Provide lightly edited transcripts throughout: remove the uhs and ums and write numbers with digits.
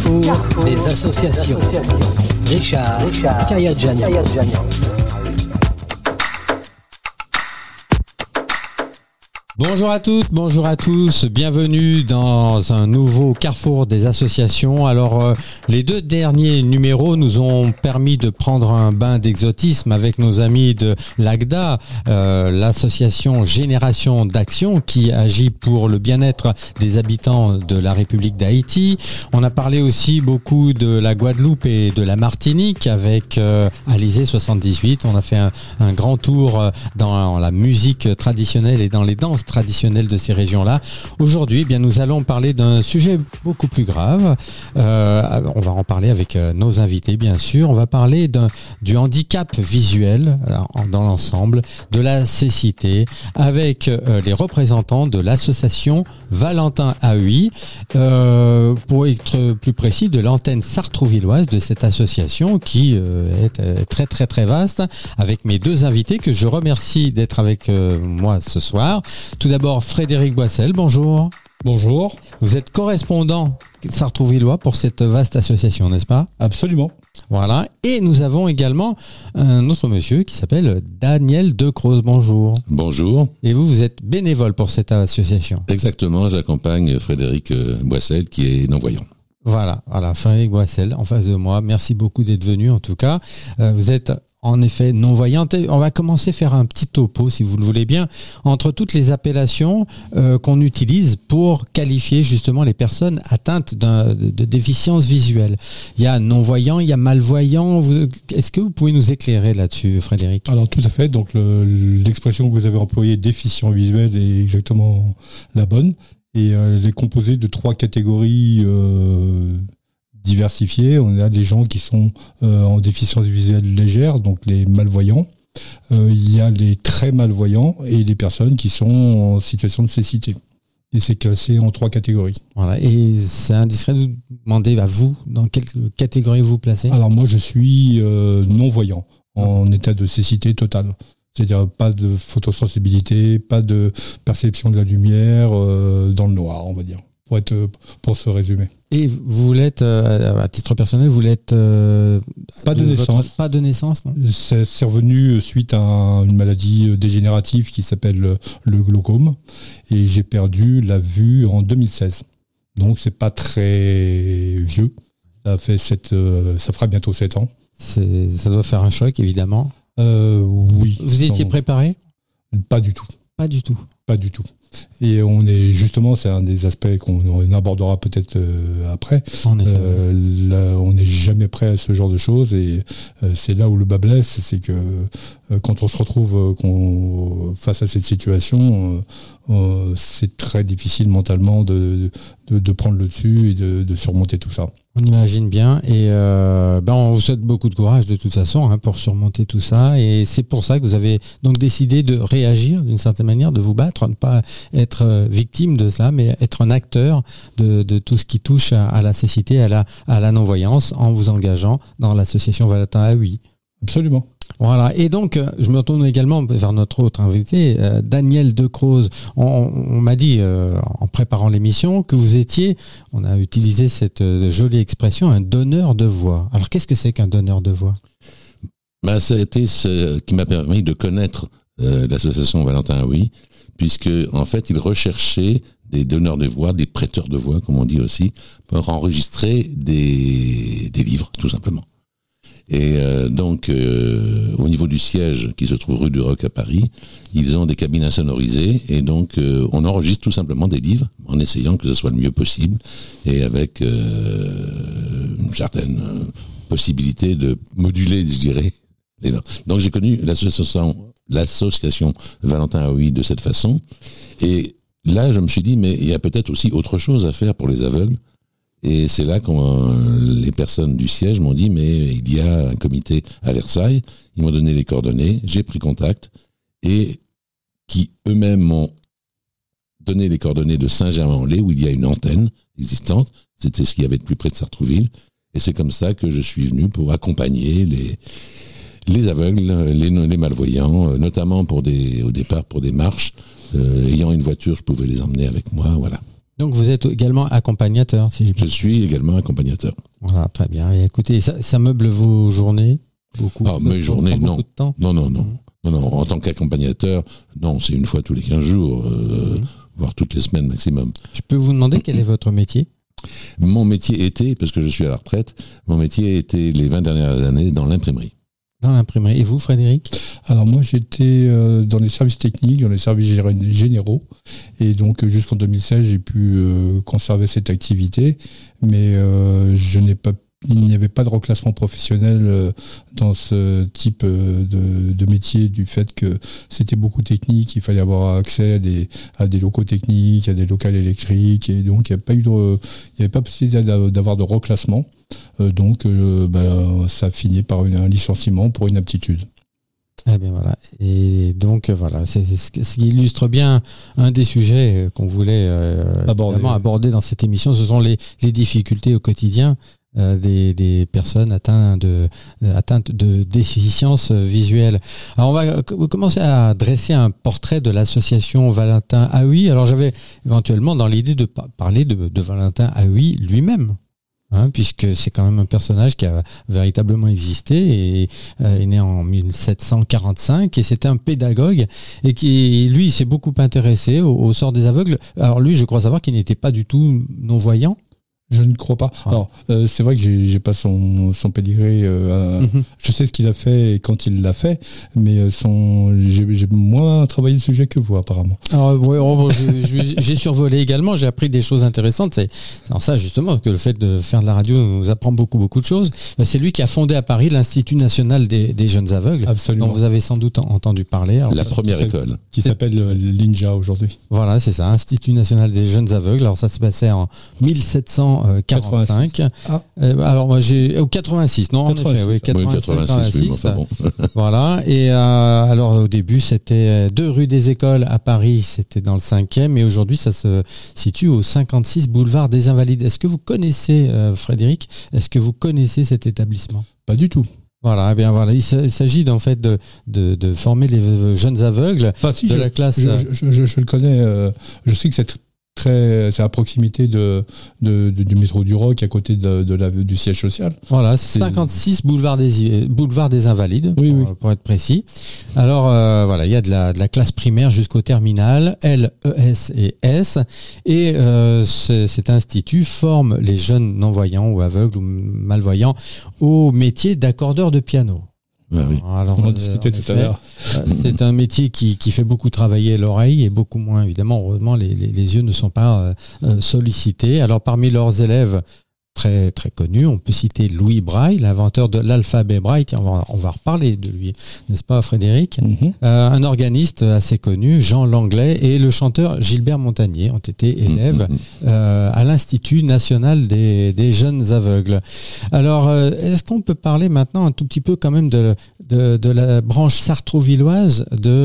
Carrefour des associations. Richard Kayadjanian. Bonjour à toutes, bonjour à tous, bienvenue dans un nouveau Carrefour des associations. Alors les deux derniers numéros nous ont permis de prendre un bain d'exotisme avec nos amis de l'AGDA, l'association Génération d'Action qui agit pour le bien-être des habitants de la République d'Haïti. On a parlé aussi beaucoup de la Guadeloupe et de la Martinique avec Alizé 78. On a fait un grand tour dans la musique traditionnelle et dans les danses traditionnelles de ces régions-là. Aujourd'hui, eh bien, nous allons parler d'un sujet beaucoup plus grave. On va en parler avec nos invités, bien sûr. On va parler du handicap visuel dans l'ensemble, de la cécité, avec les représentants de l'association Valentin Ahui, pour être plus précis, de l'antenne sartrouvilloise de cette association qui est très très très vaste, avec mes deux invités que je remercie d'être avec moi ce soir. Tout d'abord, Frédéric Boissel, bonjour. Bonjour. Vous êtes correspondant sartrouvillois pour cette vaste association, n'est-ce pas ? Absolument. Voilà. Et nous avons également un autre monsieur qui s'appelle Daniel Decroze, bonjour. Bonjour. Et vous êtes bénévole pour cette association ? Exactement, j'accompagne Frédéric Boissel qui est non-voyant. Voilà, Frédéric Boissel en face de moi. Merci beaucoup d'être venu en tout cas. Vous êtes en effet non-voyante. On va commencer à faire un petit topo, si vous le voulez bien, entre toutes les appellations qu'on utilise pour qualifier justement les personnes atteintes de déficience visuelle. Il y a non-voyant, il y a malvoyant. Est-ce que vous pouvez nous éclairer là-dessus, Frédéric ? Alors tout à fait, donc l'expression que vous avez employée, déficient visuel, est exactement la bonne. Et elle est composée de 3 catégories diversifiées. On a des gens qui sont en déficience visuelle légère, donc les malvoyants. Il y a les très malvoyants et les personnes qui sont en situation de cécité. Et c'est classé en 3 catégories. Voilà. Et c'est indiscret de vous demander à vous, dans quelle catégorie vous placez ? Alors moi je suis non-voyant, en état de cécité totale. C'est-à-dire pas de photosensibilité, pas de perception de la lumière dans le noir, on va dire, pour se résumer. Et vous l'êtes, à titre personnel, vous l'êtes... Pas de naissance. Pas de naissance, non ? C'est revenu suite à une maladie dégénérative qui s'appelle le glaucome. Et j'ai perdu la vue en 2016. Donc c'est pas très vieux. Ça fera bientôt 7 ans. Ça doit faire un choc, évidemment. Oui. Vous étiez préparé ? Pas du tout. Pas du tout. Pas du tout. Et c'est un des aspects qu'on abordera peut-être après. En effet. On n'est jamais prêt à ce genre de choses et c'est là où le bas blesse, c'est que quand on se retrouve face à cette situation, c'est très difficile mentalement de prendre le dessus et de surmonter tout ça. On imagine bien et on vous souhaite beaucoup de courage de toute façon pour surmonter tout ça et c'est pour ça que vous avez donc décidé de réagir d'une certaine manière, de vous battre, ne pas être victime de cela mais être un acteur de tout ce qui touche à la cécité, à la non-voyance en vous engageant dans l'association Valentin Ahui. Absolument. Voilà, et donc je me retourne également vers notre autre invité, Daniel Decroze. On m'a dit en préparant l'émission que vous étiez, on a utilisé cette jolie expression, un donneur de voix. Alors qu'est-ce que c'est qu'un donneur de voix ? Ça a été ce qui m'a permis de connaître l'association Valentin Ahui, puisque en fait il recherchait des donneurs de voix, des prêteurs de voix, comme on dit aussi, pour enregistrer des livres, tout simplement. Et donc, au niveau du siège qui se trouve rue du Roc à Paris, ils ont des cabines insonorisées et donc on enregistre tout simplement des livres en essayant que ce soit le mieux possible et avec une certaine possibilité de moduler, je dirais. Donc j'ai connu l'association Valentin Ahui de cette façon et là je me suis dit mais il y a peut-être aussi autre chose à faire pour les aveugles. Et c'est là que les personnes du siège m'ont dit mais il y a un comité à Versailles, ils m'ont donné les coordonnées, j'ai pris contact et qui eux-mêmes m'ont donné les coordonnées de Saint-Germain-en-Laye où il y a une antenne existante, c'était ce qu'il y avait de plus près de Sartrouville et c'est comme ça que je suis venu pour accompagner les aveugles, les malvoyants, notamment au départ pour des marches, ayant une voiture je pouvais les emmener avec moi, voilà. Donc vous êtes également accompagnateur, si j'ai Je suis également accompagnateur. Voilà, très bien. Et écoutez, ça meuble vos journées beaucoup. Ah, mes journées, prend non. beaucoup de temps. Non, en tant qu'accompagnateur, non, c'est une fois tous les 15 jours, voire toutes les semaines maximum. Je peux vous demander quel est votre métier ? Mon métier était, parce que je suis à la retraite, mon métier était les 20 dernières années dans l'imprimerie. Dans l'imprimerie. Et vous, Frédéric ? Alors moi j'étais dans les services techniques, dans les services généraux, et donc jusqu'en 2016 j'ai pu conserver cette activité, mais il n'y avait pas de reclassement professionnel dans ce type de métier, du fait que c'était beaucoup technique, il fallait avoir accès à des locaux techniques, à des locales électriques, et donc il n'y avait pas possibilité d'avoir de reclassement. Donc ça finit par un licenciement pour inaptitude. Eh bien voilà. Et donc voilà, c'est ce qui illustre bien un des sujets qu'on voulait aborder dans cette émission. Ce sont les difficultés au quotidien des personnes atteintes de déficience visuelle. Alors on va commencer à dresser un portrait de l'association Valentin Haüy. Alors j'avais éventuellement dans l'idée de parler de Valentin Haüy lui-même. Puisque c'est quand même un personnage qui a véritablement existé et est né en 1745, et c'était un pédagogue et qui, lui, s'est beaucoup intéressé au sort des aveugles. Alors lui, je crois savoir qu'il n'était pas du tout non-voyant. Je ne crois pas. Alors, c'est vrai que j'ai pas son pédigré. Je sais ce qu'il a fait et quand il l'a fait, mais j'ai moins travaillé le sujet que vous, apparemment. Alors, j'ai survolé également. J'ai appris des choses intéressantes. C'est en ça, justement, que le fait de faire de la radio nous apprend beaucoup de choses. C'est lui qui a fondé à Paris l'Institut national des jeunes aveugles. Absolument. Dont vous avez sans doute entendu parler. Alors, la première école. Qui s'appelle l'INJA aujourd'hui. Voilà, c'est ça, Institut national des jeunes aveugles. Alors, ça se passait en 1745. Alors moi j'ai 86, non 86, en effet, oui, 86, oui, enfin bon. Voilà. Et alors au début c'était 2 rue des Écoles à Paris, c'était dans le 5e, et aujourd'hui ça se situe au 56 boulevard des Invalides. Est-ce que vous connaissez Frédéric ? Est-ce que vous connaissez cet établissement ? Pas du tout. Voilà, eh bien voilà, il s'agit en fait de former les jeunes aveugles la classe. Je le connais. Je sais que c'est à proximité du métro du Roc, à côté du siège social. Voilà, 56 boulevard des Invalides, oui. Pour être précis. Alors voilà, il y a de la classe primaire jusqu'au terminal, L, ES et S, et cet institut forme les jeunes non-voyants ou aveugles ou malvoyants au métier d'accordeur de piano. Ouais, oui. Alors, on en discutait tout à l'heure. C'est un métier qui fait beaucoup travailler l'oreille et beaucoup moins, évidemment, heureusement, les yeux ne sont pas sollicités. Alors parmi leurs élèves très, très connus, on peut citer Louis Braille, l'inventeur de l'alphabet Braille. Tiens, on va reparler de lui, n'est-ce pas Frédéric ? Un organiste assez connu, Jean Langlais, et le chanteur Gilbert Montagnier ont été élèves à l'Institut national des jeunes aveugles. Alors, est-ce qu'on peut parler maintenant un tout petit peu quand même de la branche sartrouvilloise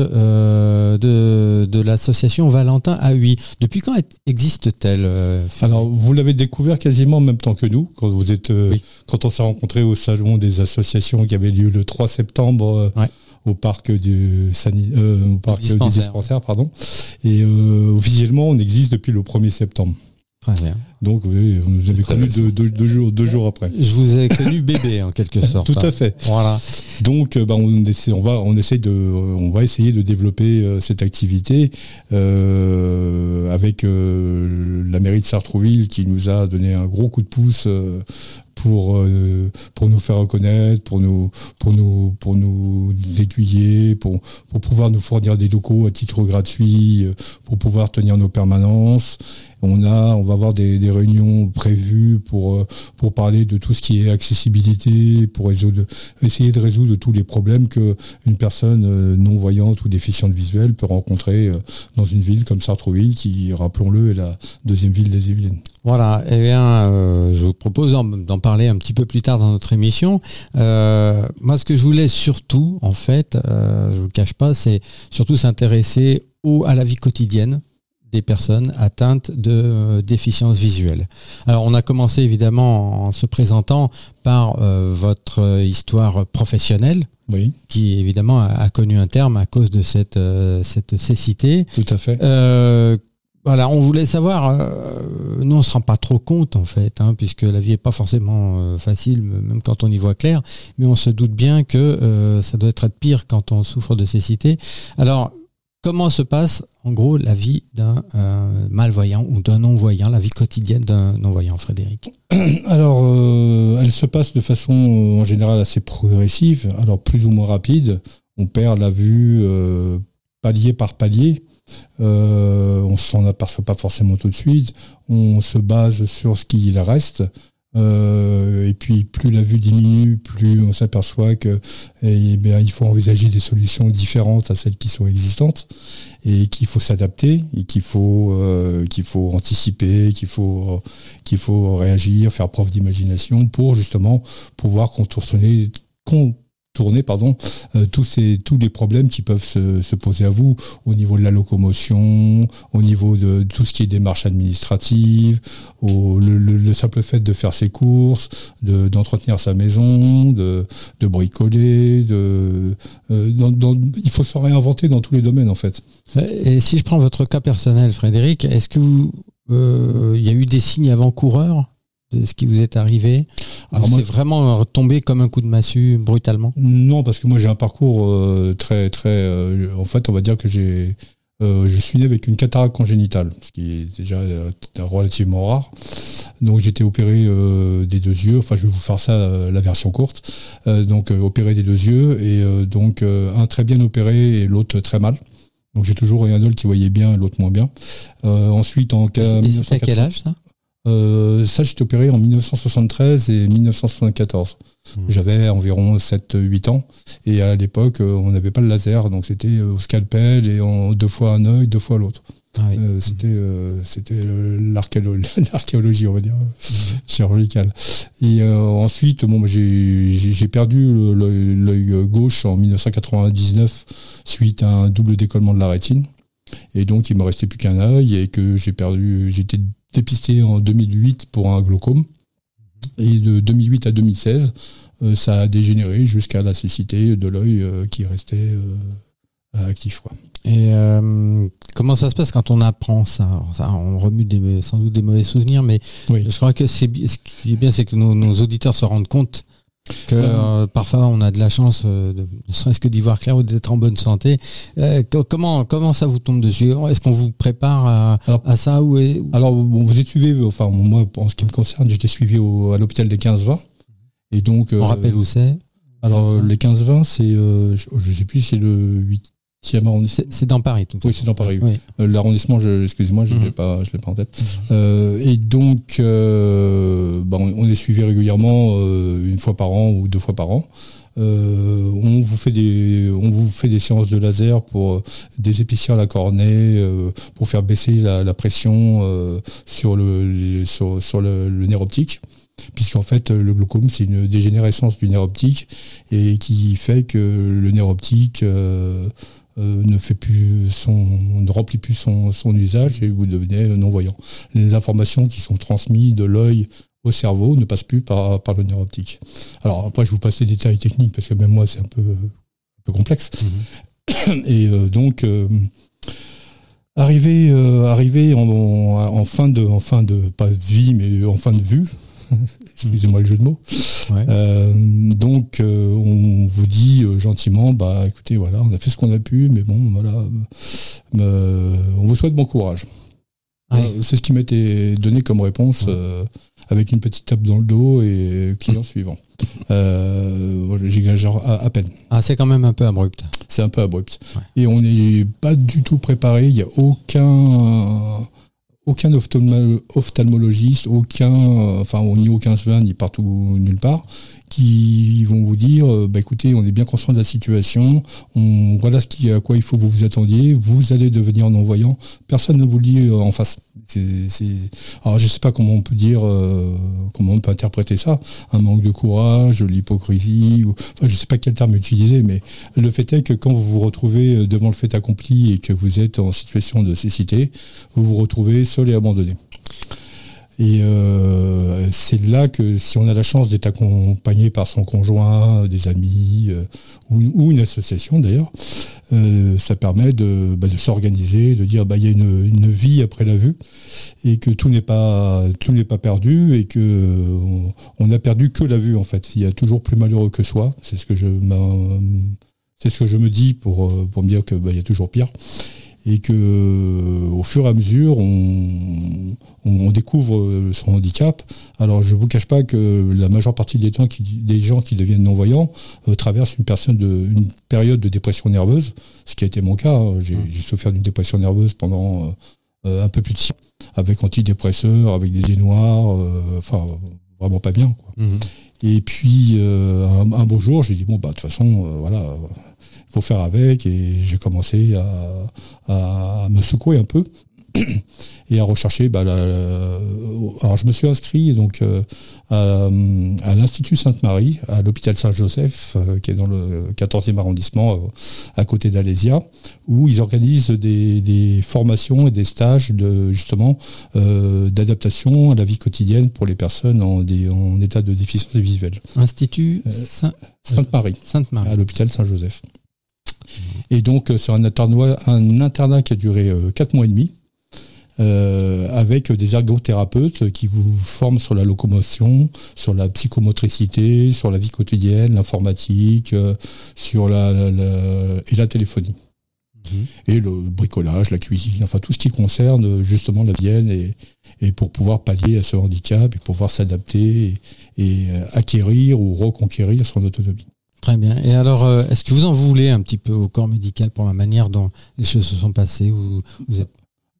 de l'association Valentin Haüy ? Depuis quand existe-t-elle Alors, vous l'avez découvert quasiment en même temps que nous, quand on s'est rencontrés au salon des associations qui avait lieu le 3 septembre au parc du dispensaire, pardon. Et officiellement, on existe depuis le 1er septembre. Très bien. Donc oui, vous avez connu deux jours après. Je vous ai connu bébé en quelque sorte. Tout à fait. Voilà. Donc on va essayer de développer cette activité avec la mairie de Sartrouville qui nous a donné un gros coup de pouce pour nous faire reconnaître, pour nous aiguiller, pour pouvoir nous fournir des locaux à titre gratuit, pour pouvoir tenir nos permanences. On va avoir des réunions prévues pour parler de tout ce qui est accessibilité, pour essayer de résoudre tous les problèmes qu'une personne non-voyante ou déficiente visuelle peut rencontrer dans une ville comme Sartrouville, qui, rappelons-le, est la 2e ville des Yvelines. Voilà, eh bien, je vous propose d'en parler un petit peu plus tard dans notre émission. Moi, ce que je voulais surtout, en fait, je vous le cache pas, c'est surtout s'intéresser à la vie quotidienne des personnes atteintes de déficience visuelle. Alors, on a commencé évidemment en se présentant par votre histoire professionnelle, oui, qui évidemment a connu un terme à cause de cette cécité. Tout à fait. Voilà, on voulait savoir, nous on se rend pas trop compte en fait, puisque la vie est pas forcément facile, même quand on y voit clair, mais on se doute bien que ça doit être pire quand on souffre de cécité. Alors, comment se passe en gros la vie d'un malvoyant ou d'un non-voyant, la vie quotidienne d'un non-voyant, Frédéric? Alors, elle se passe de façon en général assez progressive, alors plus ou moins rapide. On perd la vue palier par palier. On s'en aperçoit pas forcément tout de suite. On se base sur ce qu'il reste. Et puis plus la vue diminue, plus on s'aperçoit que il faut envisager des solutions différentes à celles qui sont existantes et qu'il faut s'adapter et qu'il faut anticiper, qu'il faut réagir, faire preuve d'imagination pour justement pouvoir contourner tous les problèmes qui peuvent se poser à vous au niveau de la locomotion, au niveau de tout ce qui est démarche administrative, le simple fait de faire ses courses, d'entretenir sa maison, de bricoler, il faut se réinventer dans tous les domaines en fait. Et si je prends votre cas personnel, Frédéric, est-ce que il y a eu des signes avant-coureurs de ce qui vous est arrivé? Alors c'est vraiment tombé comme un coup de massue brutalement? Non, parce que moi j'ai un parcours très en fait, on va dire que je suis né avec une cataracte congénitale, ce qui est déjà relativement rare. Donc j'ai été opéré des deux yeux. Enfin, je vais vous faire ça la version courte. Donc opéré des deux yeux et donc un très bien opéré et l'autre très mal. Donc j'ai toujours eu un œil qui voyait bien, l'autre moins bien. Ensuite en cas. C'était à quel âge ça? Ça, j'étais opéré en 1973 et 1974. J'avais environ 7-8 ans. Et à l'époque, on n'avait pas le laser. Donc, c'était au scalpel et deux fois un œil, deux fois l'autre. Ah oui. C'était l'archéologie, on va dire, chirurgicale. Et ensuite, j'ai perdu l'œil gauche en 1999 suite à un double décollement de la rétine. Et donc, il ne me restait plus qu'un œil et que j'étais dépisté en 2008 pour un glaucome. Et de 2008 à 2016, ça a dégénéré jusqu'à la cécité de l'œil qui restait actif, quoi. Et comment ça se passe quand on apprend ça? Alors ça, on remue sans doute des mauvais souvenirs, mais oui. Je crois que ce qui est bien, c'est que nos auditeurs se rendent compte que parfois on a de la chance, ne serait-ce que d'y voir clair ou d'être en bonne santé. Comment ça vous tombe dessus? Est-ce qu'on vous prépare à ça Alors bon, vous êtes suivi, enfin moi en ce qui me concerne, j'étais suivi à l'hôpital des 15-20. Et donc on rappelle où c'est? Alors les 15-20, c'est je sais plus, c'est le 8e arrondissement. C'est dans Paris, tout. Oui, c'est dans Paris. Oui. L'arrondissement, excusez-moi, je l'ai pas en tête. Et donc, on est suivi régulièrement, une fois par an ou deux fois par an. On vous fait des séances de laser pour désépaissir la cornée, pour faire baisser la pression sur le nerf optique. Puisqu'en fait, le glaucome, c'est une dégénérescence du nerf optique et qui fait que le nerf optique ne remplit plus son usage et vous devenez non-voyant. Les informations qui sont transmises de l'œil au cerveau ne passent plus par le nerf optique. Alors après, je vous passe les détails techniques parce que même moi, c'est un peu complexe. Et donc, arrivé en fin de pas de vie, mais en fin de vue. Excusez-moi le jeu de mots. Ouais. Donc on vous dit gentiment, écoutez, voilà, on a fait ce qu'on a pu, mais bon, voilà, on vous souhaite bon courage. Ouais. C'est ce qui m'a été donné comme réponse, avec une petite tape dans le dos et client suivant. J'exagère à peine. Ah, c'est quand même un peu abrupt. C'est un peu abrupt. Ouais. Et on n'est pas du tout préparé. Il n'y a aucun ophtalmologiste, ni au 15-20, ni partout, nulle part, qui vont vous dire, écoutez, on est bien conscient de la situation, voilà à quoi il faut que vous vous attendiez, vous allez devenir non-voyant. Personne ne vous le dit en face. Alors je ne sais pas comment on peut dire, comment on peut interpréter ça, un manque de courage, l'hypocrisie, je ne sais pas quel terme utiliser, mais le fait est que quand vous vous retrouvez devant le fait accompli et que vous êtes en situation de cécité, vous vous retrouvez seul et abandonné. Et c'est là que si on a la chance d'être accompagné par son conjoint, des amis ou une association d'ailleurs, ça permet de s'organiser, de dire il y a une vie après la vue et que tout n'est pas perdu et que on a perdu que la vue en fait. Il y a toujours plus malheureux que soi. C'est ce que je me dis pour me dire que il y a toujours pire. Et que au fur et à mesure on découvre son handicap. Alors je vous cache pas que la majeure partie des gens qui deviennent non-voyants traversent une période de dépression nerveuse, ce qui a été mon cas. J'ai souffert d'une dépression nerveuse pendant un peu plus de 6 ans, avec antidépresseurs, avec des idées noires, vraiment pas bien, quoi. Et puis un beau jour, j'ai dit de toute façon voilà, faut faire avec, et j'ai commencé à me secouer un peu et à rechercher. Alors je me suis inscrit donc à l'Institut Sainte-Marie, à l'hôpital Saint-Joseph, qui est dans le 14e arrondissement, à côté d'Alésia, où ils organisent des formations et des stages d'adaptation à la vie quotidienne pour les personnes en état de déficience visuelle. Institut Sainte-Marie, à l'hôpital Saint-Joseph. Et donc c'est un internat qui a duré 4 mois et demi, avec des ergothérapeutes qui vous forment sur la locomotion, sur la psychomotricité, sur la vie quotidienne, l'informatique, sur la téléphonie. Et le bricolage, la cuisine, enfin tout ce qui concerne justement la vie et pour pouvoir pallier à ce handicap et pouvoir s'adapter et acquérir ou reconquérir son autonomie. Très bien. Et alors, est-ce que vous en voulez un petit peu au corps médical pour la manière dont les choses se sont passées, ou vous êtes...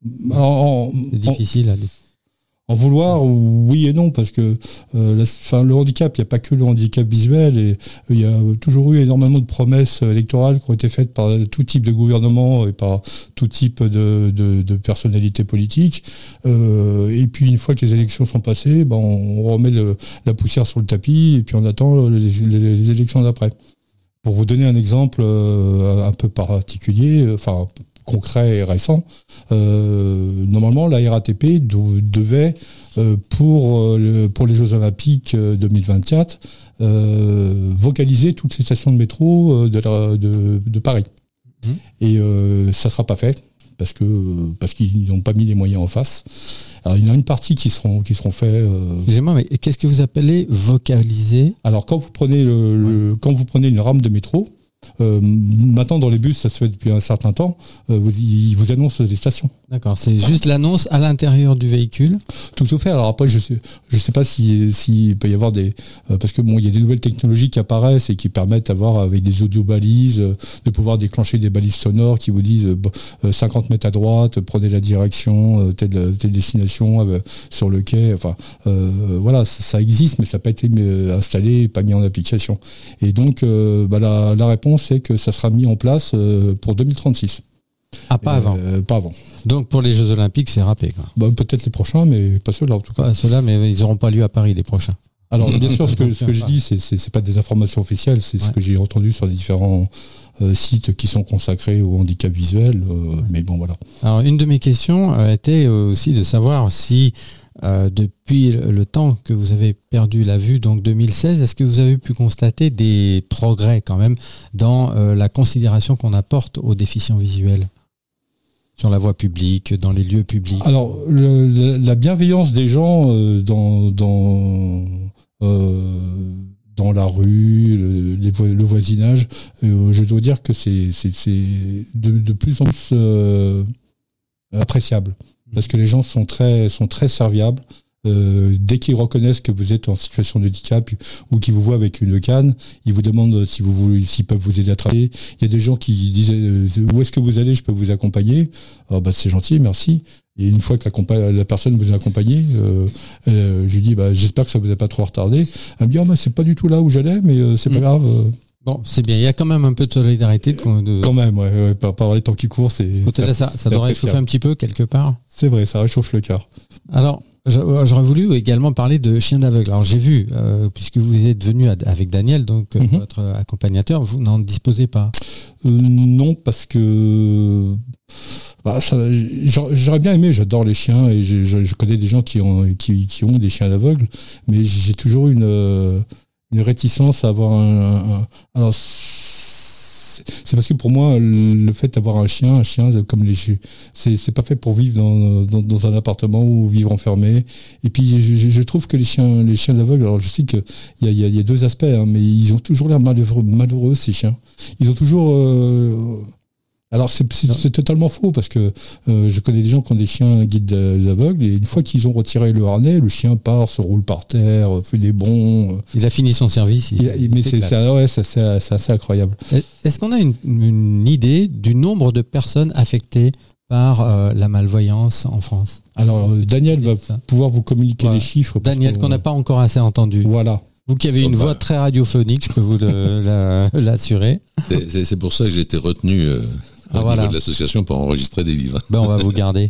C'est difficile à dire. En vouloir, oui et non, parce que le handicap, il n'y a pas que le handicap visuel, et il y a toujours eu énormément de promesses électorales qui ont été faites par tout type de gouvernement et par tout type de personnalités politiques. Et puis une fois que les élections sont passées, on remet la poussière sur le tapis et puis on attend les élections d'après. Pour vous donner un exemple un peu particulier, concret et récent, normalement la RATP devait pour les Jeux Olympiques 2024 vocaliser toutes les stations de métro de Paris. Et ça ne sera pas fait parce qu'ils n'ont pas mis les moyens en face. Alors il y en a une partie qui seront faits. Excusez-moi, mais qu'est-ce que vous appelez vocaliser ? Alors quand vous prenez une rame de métro, maintenant dans les bus, ça se fait depuis un certain temps, ils vous annoncent des stations. D'accord, c'est juste l'annonce à l'intérieur du véhicule. Tout à fait. Alors après, je sais pas s'il peut y avoir parce que il y a des nouvelles technologies qui apparaissent et qui permettent d'avoir, avec des audio-balises, de pouvoir déclencher des balises sonores qui vous disent 50 mètres à droite, prenez la direction, telle destination sur le quai. Enfin, voilà, ça existe, mais ça n'a pas été installé, pas mis en application. Et donc, la réponse c'est que ça sera mis en place pour 2036. Ah, pas avant. Pas avant. Donc pour les Jeux Olympiques, c'est râpé, quoi. Peut-être les prochains, mais pas ceux-là en tout cas. Pas ceux-là, mais ils n'auront pas lieu à Paris, les prochains. Alors bien sûr, ce que je dis, c'est pas des informations officielles, c'est ce que j'ai entendu sur les différents sites qui sont consacrés au handicap visuel. Mais bon, voilà. Alors une de mes questions était aussi de savoir si depuis le temps que vous avez perdu la vue, donc 2016, est-ce que vous avez pu constater des progrès quand même dans la considération qu'on apporte aux déficients visuels sur la voie publique, dans les lieux publics? Alors, la bienveillance des gens dans la rue, le voisinage, je dois dire que c'est de plus en plus appréciable. Parce que les gens sont très serviables. Dès qu'ils reconnaissent que vous êtes en situation de handicap ou qu'ils vous voient avec une canne, ils vous demandent s'ils peuvent vous aider à travailler. Il y a des gens qui disent où est-ce que vous allez, je peux vous accompagner. Alors, c'est gentil, merci. Et une fois que la personne vous a accompagné, je lui dis j'espère que ça vous a pas trop retardé. Elle me dit c'est pas du tout là où j'allais, mais c'est pas grave. Bon, c'est bien. Il y a quand même un peu de solidarité. Quand même, ouais, par les temps qui courent, c'est. Ça doit réchauffer un petit peu quelque part. C'est vrai, ça réchauffe le cœur. Alors, j'aurais voulu également parler de Chiens d'aveugle. Alors, j'ai vu, puisque vous êtes venu avec Daniel, donc votre accompagnateur, vous n'en disposez pas. Non, parce que J'aurais bien aimé, j'adore les chiens et je connais des gens qui ont des chiens aveugles, mais j'ai toujours une réticence à avoir alors c'est parce que pour moi le fait d'avoir un chien comme c'est pas fait pour vivre dans un appartement ou vivre enfermé. Et puis je trouve que les chiens aveugles, alors je sais que il y a deux aspects, hein, mais ils ont toujours l'air malheureux ces chiens. Ils ont toujours alors c'est totalement faux parce que je connais des gens qui ont des chiens guides aveugles et une fois qu'ils ont retiré le harnais, le chien part, se roule par terre, fait des bonds. Il a fini son service. Mais c'est assez incroyable. Est-ce qu'on a une idée du nombre de personnes affectées par la malvoyance en France? Alors Daniel va pouvoir vous communiquer les chiffres. Daniel qu'on n'a pas encore assez entendu. Voilà. Vous qui avez une voix très radiophonique, je peux vous l'assurer. C'est pour ça que j'ai été retenu au niveau de l'association pour enregistrer des livres. On va vous garder.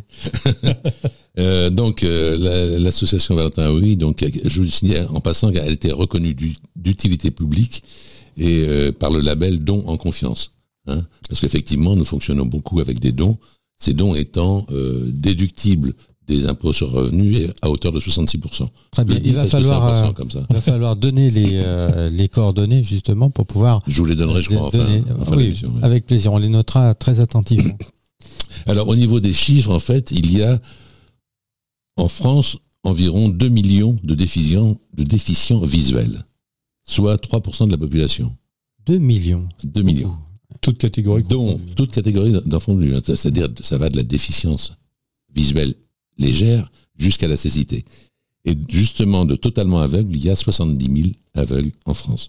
Donc l'association Valentin Houy, donc je vous signale en passant qu'elle a été reconnue d'utilité publique et par le label Dons en confiance. Hein, parce qu'effectivement, nous fonctionnons beaucoup avec des dons. Ces dons étant déductibles des impôts sur revenus à hauteur de 66%. Très bien. Il va falloir donner les coordonnées justement pour pouvoir. Je vous les donnerai, je crois, enfin l'émission. Oui. Avec plaisir, on les notera très attentivement. Alors au niveau des chiffres, en fait, il y a en France environ 2 millions de déficients visuels, soit 3% de la population. 2 millions. 2 millions. Toute catégorie d'enfants, c'est-à-dire ça va de la déficience visuelle légère jusqu'à la cécité. Et justement, de totalement aveugles, il y a 70 000 aveugles en France.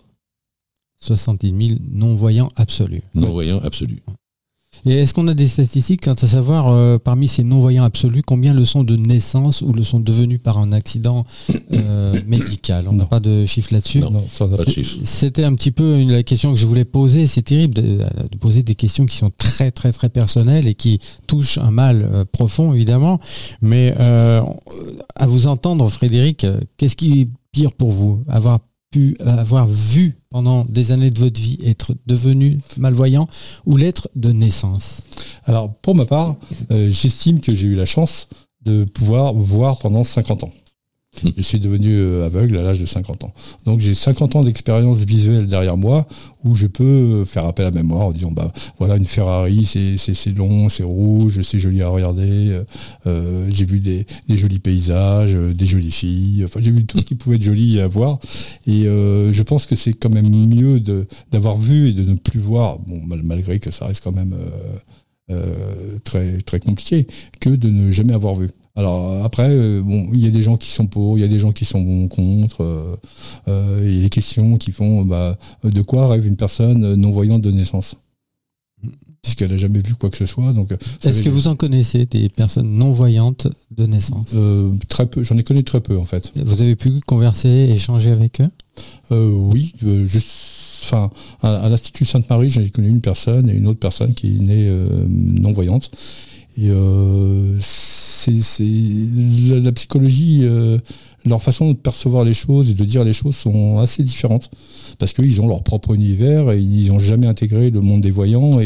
70 000 non-voyants absolus. Non-voyants absolus. Et est-ce qu'on a des statistiques quant à savoir, parmi ces non-voyants absolus, combien le sont de naissance ou le sont devenus par un accident médical? On n'a pas de chiffre là-dessus. Non, pas de chiffre. C'était un petit peu la question que je voulais poser. C'est terrible de poser des questions qui sont très très très personnelles et qui touchent un mal profond, évidemment. Mais à vous entendre, Frédéric, qu'est-ce qui est pire pour vous? Avoir vu pendant des années de votre vie être devenu malvoyant ou l'être de naissance? Alors, pour ma part, j'estime que j'ai eu la chance de pouvoir voir pendant 50 ans. Je suis devenu aveugle à l'âge de 50 ans. Donc j'ai 50 ans d'expérience visuelle derrière moi où je peux faire appel à la mémoire en disant voilà, une Ferrari, c'est long, c'est rouge, c'est joli à regarder, j'ai vu des jolis paysages, des jolies filles, enfin j'ai vu tout ce qui pouvait être joli à voir. Et je pense que c'est quand même mieux d'avoir vu et de ne plus voir, malgré que ça reste quand même très, très compliqué, que de ne jamais avoir vu. Alors après, il y a des gens qui sont pour, il y a des gens qui sont contre. Il y a des questions qui font de quoi rêve une personne non-voyante de naissance, puisqu'elle n'a jamais vu quoi que ce soit. Donc, est-ce que vous en connaissez des personnes non-voyantes de naissance? Très peu, j'en ai connu très peu en fait. Vous avez pu converser, échanger avec eux? Oui, à l'Institut Sainte-Marie, j'ai connu une personne et une autre personne qui est née non-voyante. Et c'est la psychologie, leur façon de percevoir les choses et de dire les choses sont assez différentes parce qu'ils ont leur propre univers et ils n'ont jamais intégré le monde des voyants.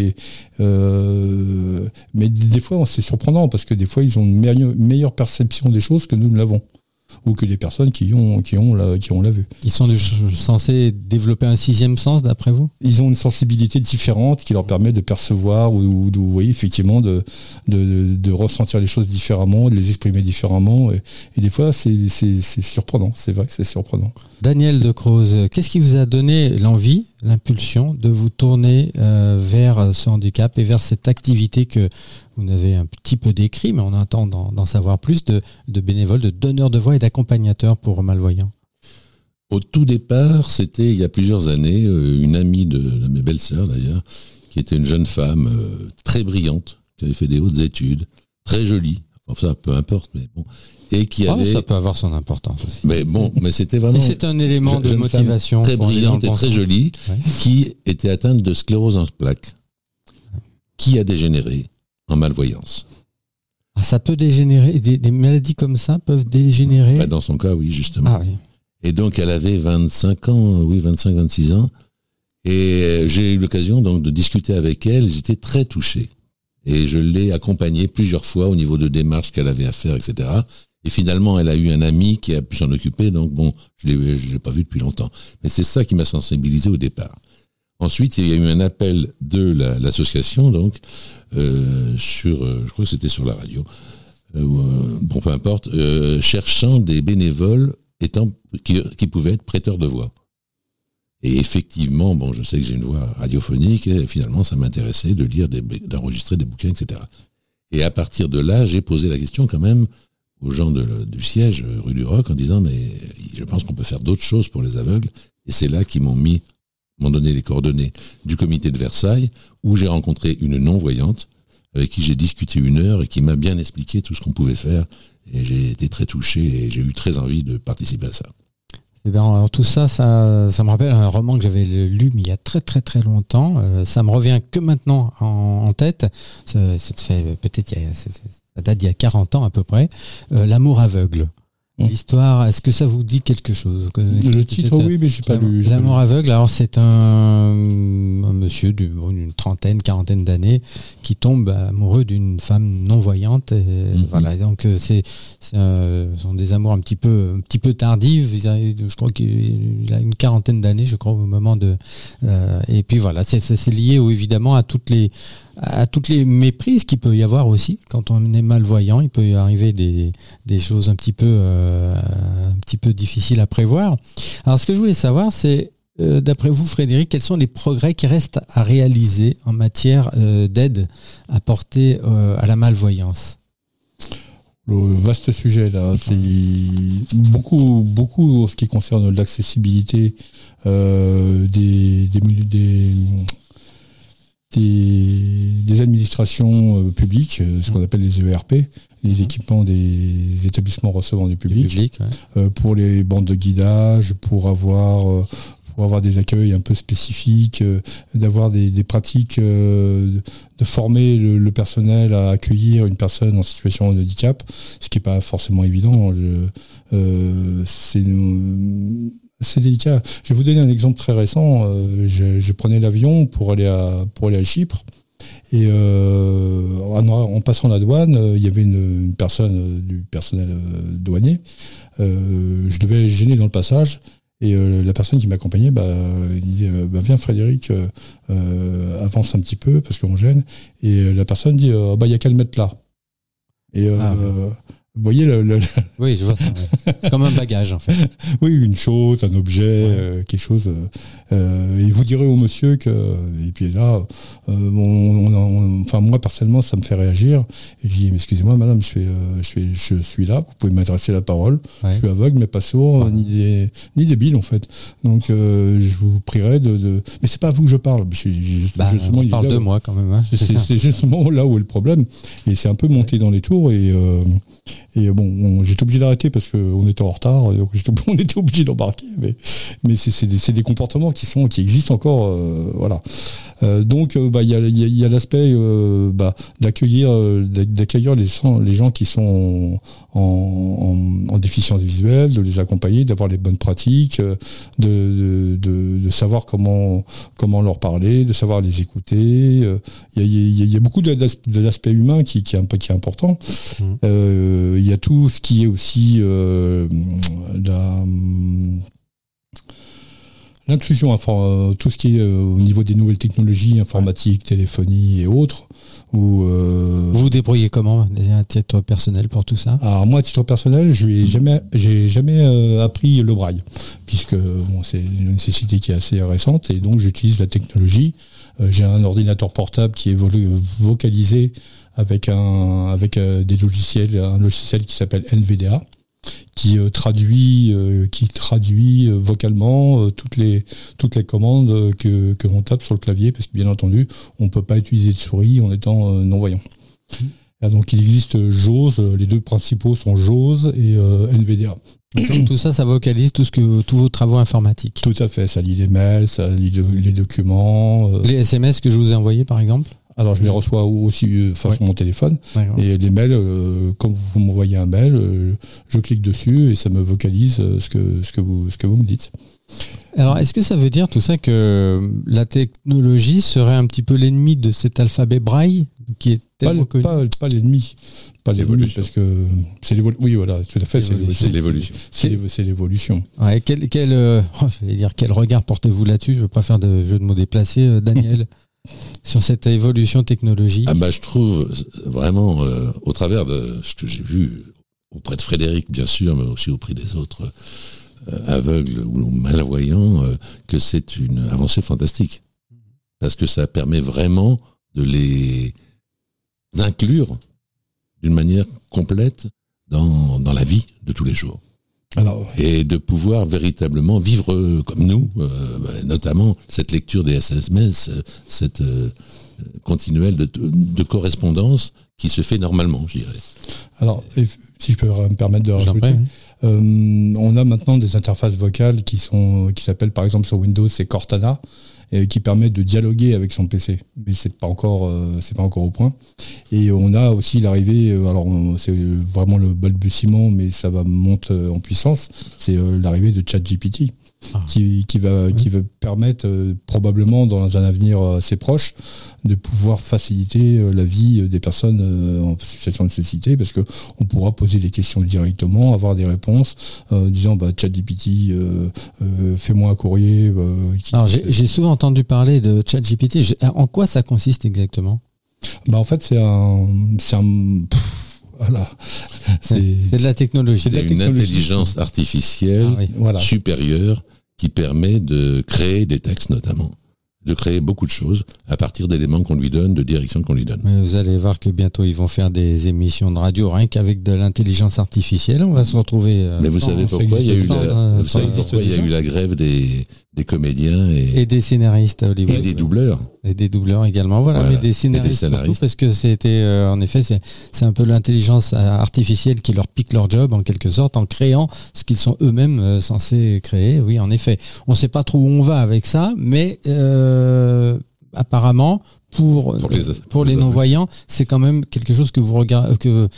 Mais des fois, c'est surprenant parce que des fois, ils ont une meilleure perception des choses que nous ne l'avons. Ou que les personnes qui ont la vue. Ils sont censés développer un sixième sens, d'après vous? Ils ont une sensibilité différente qui leur permet de percevoir ou effectivement de ressentir les choses différemment, de les exprimer différemment. Et des fois, c'est surprenant. C'est vrai que c'est surprenant. Daniel Decroze, qu'est-ce qui vous a donné l'envie, l'impulsion de vous tourner vers ce handicap et vers cette activité que vous avez un petit peu décrit, mais on entend d'en savoir plus, de bénévoles, de donneurs de voix et d'accompagnateurs pour malvoyants? Au tout départ, c'était il y a plusieurs années, une amie de mes belles-sœurs d'ailleurs, qui était une jeune femme très brillante, qui avait fait des hautes études, très jolie, enfin ça peu importe, mais bon, et qui avait... Ça peut avoir son importance aussi. Mais c'était vraiment... C'est un élément de motivation. Très brillante et très jolie, qui était atteinte de sclérose en plaques, qui a dégénéré en malvoyance. Ça peut dégénérer, des maladies comme ça peuvent dégénérer? Dans son cas, oui, justement. Ah, oui. Et donc, elle avait 25-26 ans. Et j'ai eu l'occasion donc de discuter avec elle. J'étais très touché. Et je l'ai accompagnée plusieurs fois au niveau de démarches qu'elle avait à faire, etc. Et finalement, elle a eu un ami qui a pu s'en occuper, donc bon, je l'ai pas vu depuis longtemps. Mais c'est ça qui m'a sensibilisé au départ. Ensuite, il y a eu un appel de l'association, donc, je crois que c'était sur la radio, bon, peu importe, cherchant des bénévoles qui pouvaient être prêteurs de voix. Et effectivement, bon, je sais que j'ai une voix radiophonique, et finalement, ça m'intéressait de lire, d'enregistrer des bouquins, etc. Et à partir de là, j'ai posé la question quand même aux gens du siège, rue du Roc, en disant, mais je pense qu'on peut faire d'autres choses pour les aveugles. Et c'est là qu'ils m'ont donné les coordonnées du comité de Versailles, où j'ai rencontré une non-voyante, avec qui j'ai discuté 1 heure et qui m'a bien expliqué tout ce qu'on pouvait faire. Et j'ai été très touché et j'ai eu très envie de participer à ça. Eh bien, alors tout ça me rappelle un roman que j'avais lu mais il y a très très très longtemps. Ça me revient que maintenant en tête. Ça fait peut-être, ça date d'il y a 40 ans à peu près. L'amour aveugle. L'histoire, est-ce que ça vous dit quelque chose? Le titre, oui, mais j'ai pas lu. L'amour aveugle, alors c'est un monsieur d'une trentaine, quarantaine d'années qui tombe amoureux d'une femme non-voyante. Et voilà, donc ce sont des amours un petit peu tardives. Je crois qu'il a une quarantaine d'années, je crois, au moment de... et puis voilà, c'est lié évidemment à toutes les méprises qu'il peut y avoir aussi quand on est malvoyant. Il peut y arriver des choses un petit peu difficiles à prévoir. Alors ce que je voulais savoir, c'est d'après vous, Frédéric, quels sont les progrès qui restent à réaliser en matière d'aide apportée à la malvoyance? Le vaste sujet là, c'est beaucoup en ce qui concerne l'accessibilité des administrations publiques, ce qu'on appelle les ERP, les équipements des établissements recevant du public, pour les bandes de guidage, pour avoir des accueils un peu spécifiques, d'avoir des pratiques, de former le personnel à accueillir une personne en situation de handicap, ce qui n'est pas forcément évident. C'est délicat. Je vais vous donner un exemple très récent. Je prenais l'avion pour aller à Chypre. Et en passant la douane, il y avait une personne du personnel douanier. Je devais gêner dans le passage. Et la personne qui m'accompagnait, il dit viens Frédéric, avance un petit peu parce qu'on gêne. Et la personne dit il n'y a qu'à le mettre là. Et vous voyez Oui, je vois ça. Ouais. C'est comme un bagage, en fait. Oui, une chose, un objet, quelque chose. Et vous direz au monsieur que... Et puis là, moi, personnellement, ça me fait réagir. Et je dis, mais excusez-moi, madame, je suis là, vous pouvez m'adresser la parole. Ouais. Je suis aveugle, mais pas sourd, ni débile, en fait. Donc, je vous prierai de... Mais c'est pas à vous que je parle. On parle de moi, quand même. Hein. C'est justement là où est le problème. Et c'est un peu monté dans les tours. Et bon, j'étais obligé d'arrêter parce qu'on était en retard, donc on était obligé d'embarquer. Mais c'est des comportements qui existent encore, voilà. Donc il y a l'aspect d'accueillir les gens qui sont en déficience visuelle, de les accompagner, d'avoir les bonnes pratiques, de savoir comment leur parler, de savoir les écouter. Il y a beaucoup de l'aspect humain qui est important. Il y a tout ce qui est aussi l'inclusion, tout ce qui est au niveau des nouvelles technologies, informatique, téléphonie et autres. Vous vous débrouillez comment, à titre personnel, pour tout ça? Alors moi, à titre personnel, j'ai jamais appris le braille, puisque c'est une nécessité qui est assez récente, et donc j'utilise la technologie. J'ai un ordinateur portable qui est vocalisé avec des logiciels, un logiciel qui s'appelle NVDA, qui traduit vocalement toutes les commandes que l'on tape sur le clavier, parce que bien entendu, on ne peut pas utiliser de souris en étant non-voyant. Donc il existe JAWS, les deux principaux sont JAWS et NVDA. Donc tout ça vocalise tous vos travaux informatiques. Tout à fait, ça lit les mails, ça lit les documents. Les SMS que je vous ai envoyés par exemple? Alors je les reçois aussi sur mon téléphone. D'accord. Et les mails, quand vous m'envoyez un mail, je clique dessus et ça me vocalise ce que vous me dites. Alors est-ce que ça veut dire tout ça que la technologie serait un petit peu l'ennemi de cet alphabet braille qui est tellement connu. Pas l'ennemi. Pas l'ennemi, parce que c'est l'évolution. Oui, voilà, tout à fait, c'est l'évolution. C'est l'évolution. Ouais, j'allais dire, quel regard portez-vous là-dessus? Je ne veux pas faire de jeu de mots déplacés, Daniel, sur cette évolution technologique. Je trouve vraiment, au travers de ce que j'ai vu auprès de Frédéric, bien sûr, mais aussi auprès des autres aveugles ou malvoyants, que c'est une avancée fantastique. Parce que ça permet vraiment de les inclure d'une manière complète dans la vie de tous les jours. Et de pouvoir véritablement vivre comme nous, notamment cette lecture des SMS, cette continuelle de correspondance qui se fait normalement, je dirais. Alors, si je peux me permettre de rajouter, on a maintenant des interfaces vocales qui s'appellent, par exemple sur Windows, c'est Cortana, qui permet de dialoguer avec son PC, mais c'est pas encore au point. Et on a aussi l'arrivée, alors c'est vraiment le balbutiement, mais ça va monter en puissance, c'est l'arrivée de ChatGPT, qui va permettre probablement dans un avenir assez proche de pouvoir faciliter la vie des personnes en situation de nécessité, parce que on pourra poser les questions directement, avoir des réponses, disant ChatGPT, fais-moi un courrier. Alors j'ai souvent entendu parler de ChatGPT. En quoi ça consiste exactement? En fait, c'est de la technologie. C'est une intelligence artificielle supérieure qui permet de créer des textes notamment, de créer beaucoup de choses à partir d'éléments qu'on lui donne, de directions qu'on lui donne. Mais vous allez voir que bientôt ils vont faire des émissions de radio rien qu'avec de l'intelligence artificielle. On va se retrouver. Mais vous savez pourquoi il y a eu la grève des comédiens et des scénaristes Hollywood. Et des doubleurs. Et des doubleurs également. Voilà. Mais des scénaristes surtout, parce que c'était en effet c'est un peu l'intelligence artificielle qui leur pique leur job en quelque sorte en créant ce qu'ils sont eux-mêmes censés créer. Oui, en effet. On ne sait pas trop où on va avec ça, mais apparemment pour les non-voyants, c'est quand même quelque chose que vous regardez, que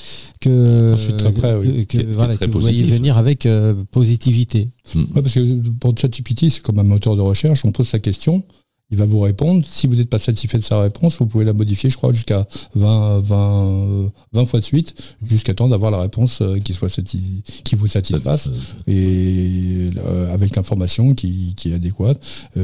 vous voyez venir avec positivité. Ouais, parce que pour ChatGPT, c'est comme un moteur de recherche, on pose sa question, il va vous répondre. Si vous n'êtes pas satisfait de sa réponse, vous pouvez la modifier, je crois, jusqu'à 20 fois de suite, jusqu'à temps d'avoir la réponse qui vous satisfasse, et avec l'information qui est adéquate.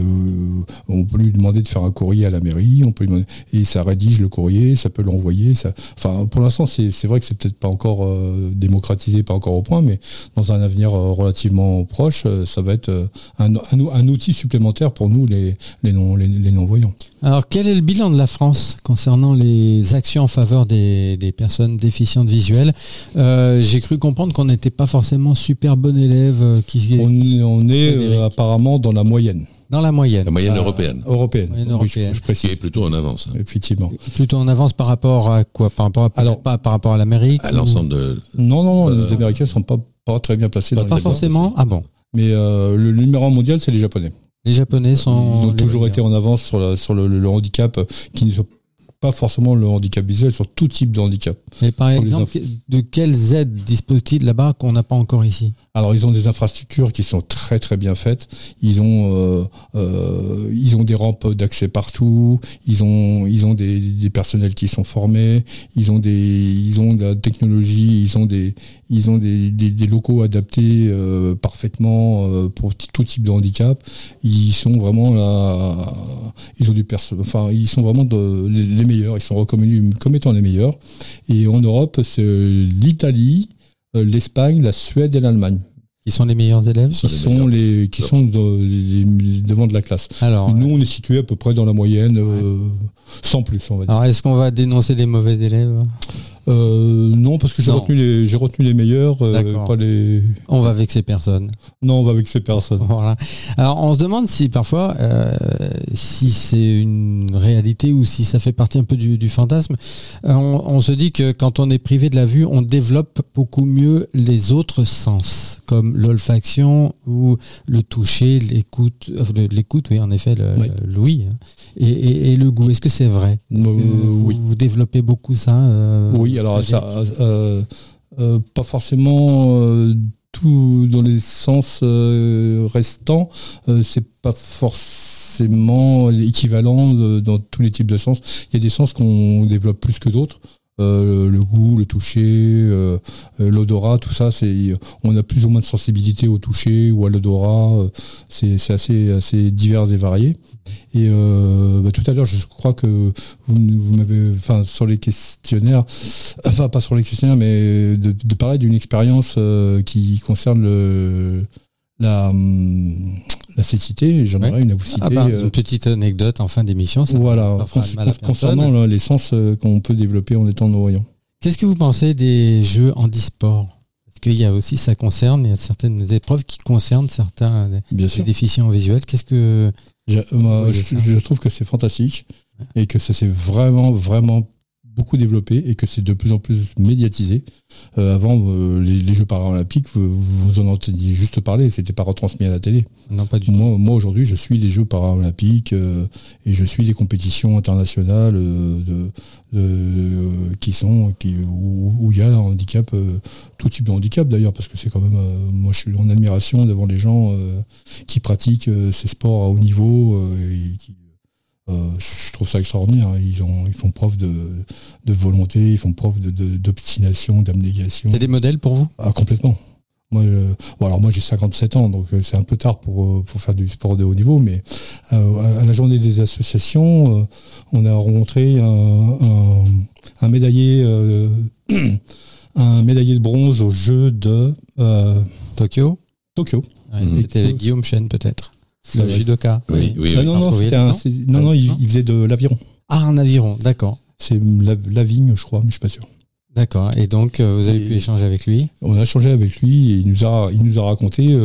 On peut lui demander de faire un courrier à la mairie, et ça rédige le courrier, ça peut l'envoyer. Pour l'instant, c'est vrai que c'est peut-être pas encore démocratisé, pas encore au point, mais dans un avenir relativement proche, ça va être un outil supplémentaire pour nous, les non-voyants. Alors, quel est le bilan de la France concernant les actions en faveur des personnes déficientes visuelles? J'ai cru comprendre qu'on n'était pas forcément super bon élève. On est apparemment dans la moyenne. Dans la moyenne. La moyenne européenne. Européenne. Oui, je précise. Qui est plutôt en avance. Effectivement. Plutôt en avance par rapport à quoi? Par rapport à l'Amérique? À l'ensemble de... Non, les Américains ne sont pas très bien placés. Pas forcément. Ah bon. Mais le numéro 1 mondial, c'est les Japonais. Les Japonais ils ont toujours été en avance sur le handicap, qui ne sont pas forcément le handicap visuel, sur tout type de handicap. Mais par exemple, de quelles aides disposent-ils là-bas qu'on n'a pas encore ici? Alors, ils ont des infrastructures qui sont très très bien faites. Ils ont des rampes d'accès partout. Ils ont des personnels qui sont formés. Ils ont de la technologie. Ils ont des locaux adaptés parfaitement pour tout type de handicap. Ils sont vraiment là. Ils sont vraiment les meilleurs. Ils sont reconnus comme étant les meilleurs. Et en Europe, c'est l'Italie, l'Espagne, la Suède et l'Allemagne. Qui sont les meilleurs élèves? Qui sont devant de la classe. Alors, nous, on est situé à peu près dans la moyenne, sans plus, on va dire. Alors, est-ce qu'on va dénoncer les mauvais élèves? Non, parce que j'ai retenu les meilleurs, pas les... On va vexer personne. Non, on va vexer personne. Voilà. Alors, on se demande si parfois, si c'est une réalité ou si ça fait partie un peu du fantasme. On se dit que quand on est privé de la vue, on développe beaucoup mieux les autres sens, comme l'olfaction ou le toucher, l'écoute, oui, en effet, l'ouïe, et le goût. Est-ce que c'est vrai? Oui. Vous développez beaucoup ça? Oui, alors ça, pas forcément tout dans les sens restants, c'est pas forcément forcément équivalent dans tous les types de sens. Il y a des sens qu'on développe plus que d'autres. Le goût, le toucher, l'odorat, tout ça, on a plus ou moins de sensibilité au toucher ou à l'odorat. C'est assez divers et varié. Et tout à l'heure, je crois que vous m'avez, sur les questionnaires, pas sur les questionnaires, mais de parler d'une expérience qui concerne la cécité. J'en aurais une à vous citer. Une petite anecdote en fin d'émission. Voilà, concernant les sens qu'on peut développer en étant non-voyant. Qu'est-ce que vous pensez des jeux handisport ? Parce qu'il y a aussi, il y a certaines épreuves qui concernent certains des déficients visuels. Qu'est-ce que... Je trouve que c'est fantastique et que ça s'est vraiment, vraiment beaucoup développé et que c'est de plus en plus médiatisé. Avant, les Jeux paralympiques, vous en entendiez juste parler, c'était pas retransmis à la télé. Non, pas du tout. Moi aujourd'hui, je suis les Jeux paralympiques et je suis les compétitions internationales où il y a un handicap, tout type de handicap d'ailleurs, parce que c'est quand même, moi je suis en admiration devant les gens qui pratiquent ces sports à haut niveau et qui je trouve ça extraordinaire. Ils font preuve de volonté, ils font preuve d'obstination, d'abnégation. C'est des modèles pour vous ? Ah, complètement. Moi, j'ai 57 ans, donc c'est un peu tard pour faire du sport de haut niveau, mais à la journée des associations, on a rencontré un médaillé de bronze aux Jeux de Tokyo. Ouais, c'était Guillaume Chen peut-être. Le judoka. Oui. Non, il faisait de l'aviron. Ah, un aviron, d'accord. C'est la vigne, je crois, mais je suis pas sûr. D'accord. Et donc, vous avez pu échanger avec lui ? On a échangé avec lui et il nous a raconté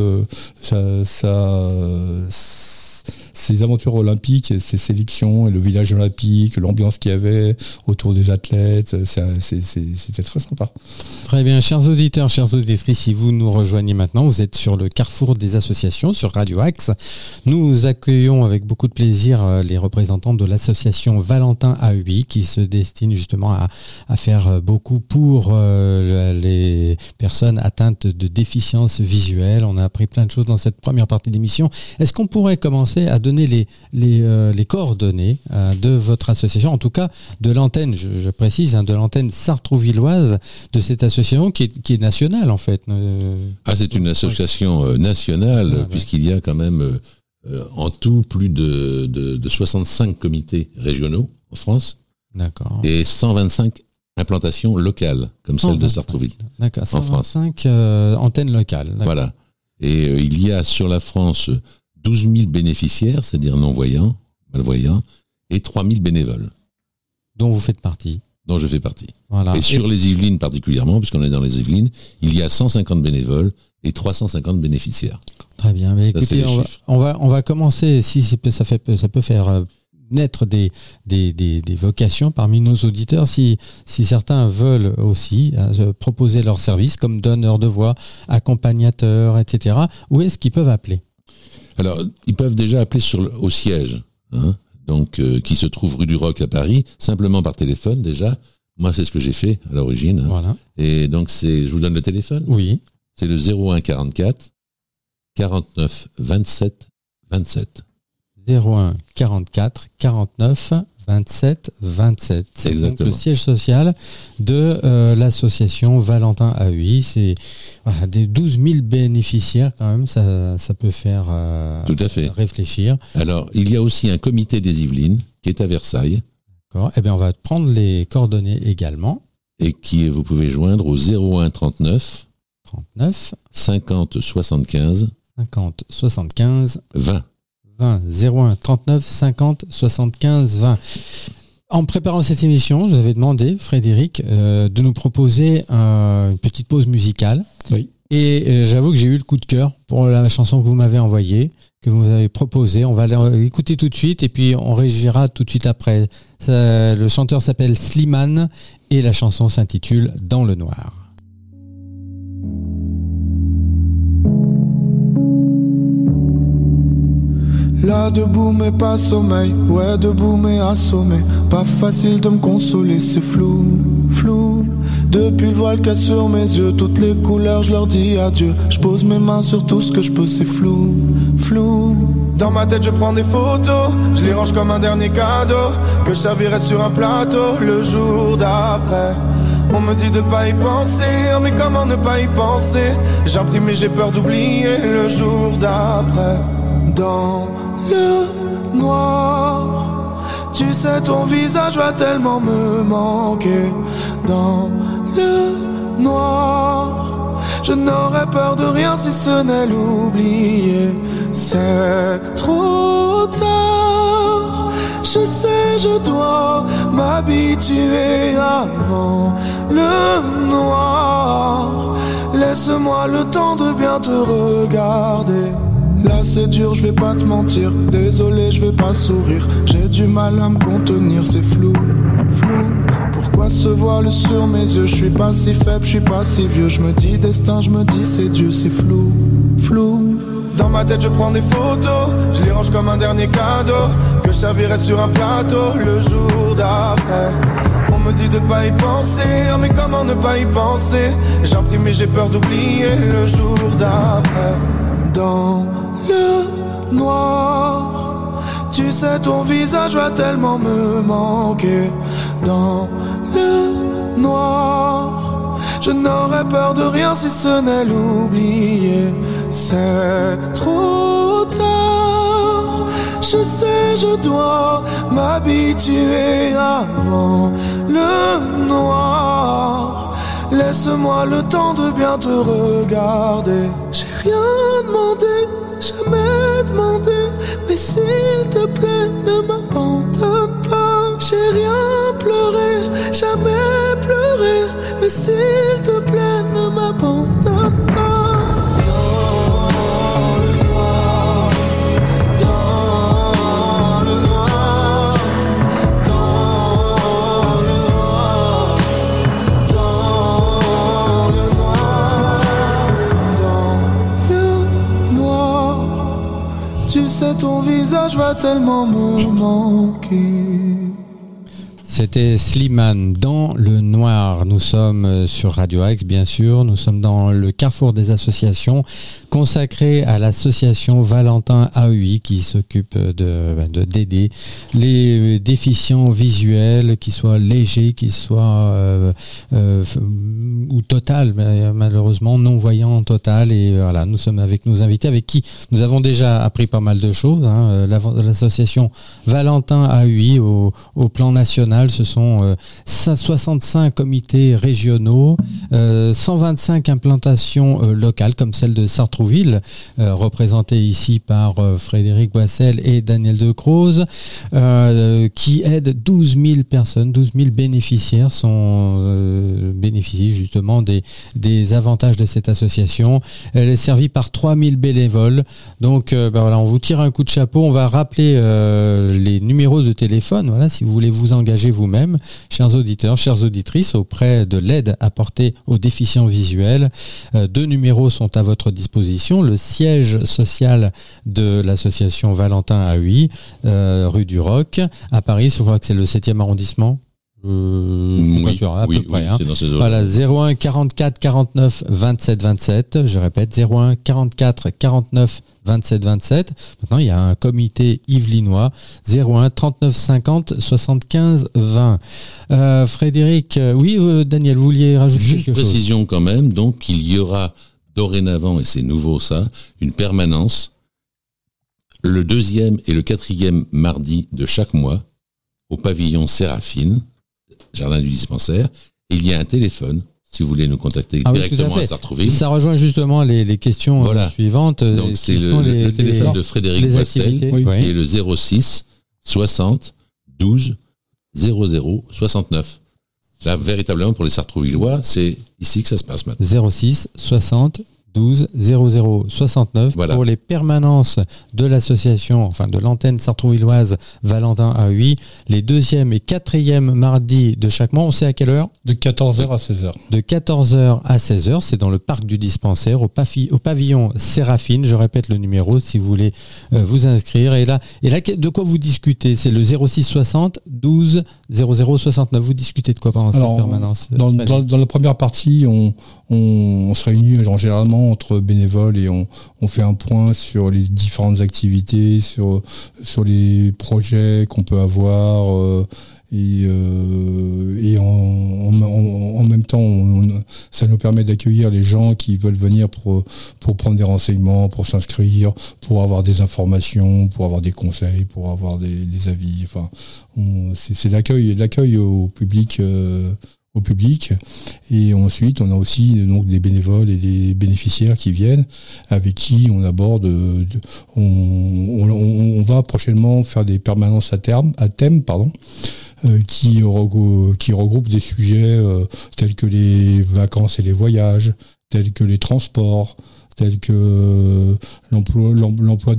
ses aventures olympiques, ses sélections, et le village olympique, l'ambiance qu'il y avait autour des athlètes. C'était très sympa. Très bien, chers auditeurs, chères auditrices, si vous nous rejoignez maintenant, vous êtes sur le carrefour des associations, sur Radio Axe. Nous accueillons avec beaucoup de plaisir les représentants de l'association Valentin AEI qui se destine justement à faire beaucoup pour les personnes atteintes de déficience visuelle. On a appris plein de choses dans cette première partie d'émission. Est-ce qu'on pourrait commencer à donner les coordonnées de votre association, en tout cas de l'antenne, je précise, de l'antenne sartrouvilloise de cette association qui est nationale en fait. C'est une association nationale, puisqu'il y a quand même en tout plus de 65 comités régionaux en France. D'accord. Et 125 implantations locales, comme celle de Sartrouville. D'accord, 125 antennes locales. D'accord. Voilà. Et il y a sur la France 12 000 bénéficiaires, c'est-à-dire non-voyants, malvoyants, et 3 000 bénévoles. Dont vous faites partie. Dont je fais partie. Voilà. Et sur les Yvelines particulièrement, puisqu'on est dans les Yvelines, il y a 150 bénévoles et 350 bénéficiaires. Très bien. Mais écoutez, on va commencer, si ça peut faire naître des vocations parmi nos auditeurs, si certains veulent aussi proposer leurs services comme donneurs de voix, accompagnateurs, etc. Où est-ce qu'ils peuvent appeler ? Alors, ils peuvent déjà appeler au siège, qui se trouve rue du Roc à Paris, simplement par téléphone déjà. Moi, c'est ce que j'ai fait à l'origine. Voilà. Et donc, je vous donne le téléphone ? Oui. C'est le 01 44 49 27 27. 01 44 49 27 27. C'est donc le siège social de l'association Valentin AEI. C'est des 12 000 bénéficiaires quand même, ça peut faire tout à fait réfléchir. Alors, il y a aussi un comité des Yvelines qui est à Versailles. D'accord. Eh bien, on va prendre les coordonnées également. Et vous pouvez joindre au 01 39 50 75 50 75 20. 01 39 50 75 20. En préparant cette émission, je vous avais demandé, Frédéric, de nous proposer une petite pause musicale. Oui. Et j'avoue que j'ai eu le coup de cœur pour la chanson que vous m'avez envoyée, que vous avez proposée. On va l'écouter tout de suite et puis on réagira tout de suite après. Le chanteur s'appelle Slimane et la chanson s'intitule Dans le noir. Là debout mais pas sommeil, ouais debout mais assommé. Pas facile de me consoler, c'est flou, flou. Depuis le voile qu'il y a sur mes yeux, toutes les couleurs, je leur dis adieu. Je pose mes mains sur tout ce que je peux, c'est flou, flou. Dans ma tête, je prends des photos, je les range comme un dernier cadeau que je servirai sur un plateau le jour d'après. On me dit de ne pas y penser, mais comment ne pas y penser? J'imprime et j'ai peur d'oublier le jour d'après. Dans le noir, tu sais ton visage va tellement me manquer. Dans le noir, je n'aurais peur de rien si ce n'est l'oublier. C'est trop tard, je sais je dois m'habituer avant le noir. Laisse-moi le temps de bien te regarder. Là c'est dur, je vais pas te mentir. Désolé, je vais pas sourire. J'ai du mal à me contenir, c'est flou, flou. Pourquoi ce voile sur mes yeux? Je suis pas si faible, je suis pas si vieux. Je me dis destin, je me dis c'est Dieu, c'est flou, flou. Dans ma tête je prends des photos, je les range comme un dernier cadeau que je servirai sur un plateau le jour d'après. On me dit de ne pas y penser, mais comment ne pas y penser? J'imprime et j'ai peur d'oublier le jour d'après. Dans le noir, tu sais ton visage va tellement me manquer. Dans le noir, je n'aurais peur de rien si ce n'est l'oublier. C'est trop tard, je sais je dois m'habituer avant le noir. Laisse-moi le temps de bien te regarder. J'ai rien demandé, jamais demandé, mais s'il te plaît ne m'abandonne pas. J'ai rien pleuré, jamais pleuré, mais s'il te plaît ne m'abandonne pas. Tu sais ton visage va tellement me manquer. C'était Slimane dans le noir. Nous sommes sur Radio Axe, bien sûr. Nous sommes dans le carrefour des associations consacré à l'association Valentin AEI qui s'occupe d'aider les déficients visuels, qu'ils soient légers, qu'ils soient ou total, malheureusement non-voyants total. Et voilà, nous sommes avec nos invités avec qui nous avons déjà appris pas mal de choses. L'association Valentin AEI au plan national, ce sont 65 comités régionaux, 125 implantations locales comme celle de Sartrouville, représentée ici par Frédéric Boissel et Daniel Decroze, qui aident 12 000 personnes, 12 000 bénéficiaires bénéficient justement des avantages de cette association. Elle est servie par 3 000 bénévoles. Donc voilà, on vous tire un coup de chapeau. On va rappeler les numéros de téléphone. Voilà, si vous voulez vous engager vous-même, chers auditeurs, chères auditrices, auprès de l'aide apportée aux déficients visuels. 2 numéros sont à votre disposition. Le siège social de l'association Valentin AEI, rue du Roc, à Paris. Je crois que c'est le 7e arrondissement. Oui, à peu près. C'est dans ces zones. Voilà, 01 44 49 27 27. Je répète, 01 44 49 27 27. Maintenant, il y a un comité yvelinois, 01 39 50 75 20. Frédéric, oui, Daniel, vous vouliez rajouter juste quelque chose? précision quand même, donc il y aura dorénavant, et c'est nouveau ça, une permanence le 2e et le 4e mardi de chaque mois au pavillon Séraphine, jardin du dispensaire. Il y a un téléphone, si vous voulez nous contacter directement à Sartrouville. Ça rejoint justement les questions suivantes. Donc c'est le téléphone de Frédéric Boissel, qui est le 06 60 12 00 69. Là, véritablement, pour les Sartrouvillois, c'est ici que ça se passe maintenant. 06 60 12 00 69 Voilà. pour les permanences de l'association, enfin de l'antenne sartrouvilloise Valentin AUI, les 2e et 4e mardis de chaque mois. On sait à quelle heure ? De 14h à 16h. De 14h à 16h, c'est dans le parc du dispensaire, au pavillon Séraphine. Je répète le numéro si vous voulez vous inscrire. Et là, de quoi vous discutez ? C'est le 06 60 12 00 69. Vous discutez de quoi pendant cette permanence ? Dans la première partie, on se réunit généralement entre bénévoles et on fait un point sur les différentes activités, sur les projets qu'on peut avoir et en même temps ça nous permet d'accueillir les gens qui veulent venir pour prendre des renseignements, pour s'inscrire, pour avoir des informations, pour avoir des conseils, pour avoir des avis. Enfin, c'est l'accueil au public. Et ensuite on a aussi donc des bénévoles et des bénéficiaires qui viennent, avec qui on aborde on va prochainement faire des permanences à thème qui regroupent des sujets tels que les vacances et les voyages, tels que les transports, tels que l'emploi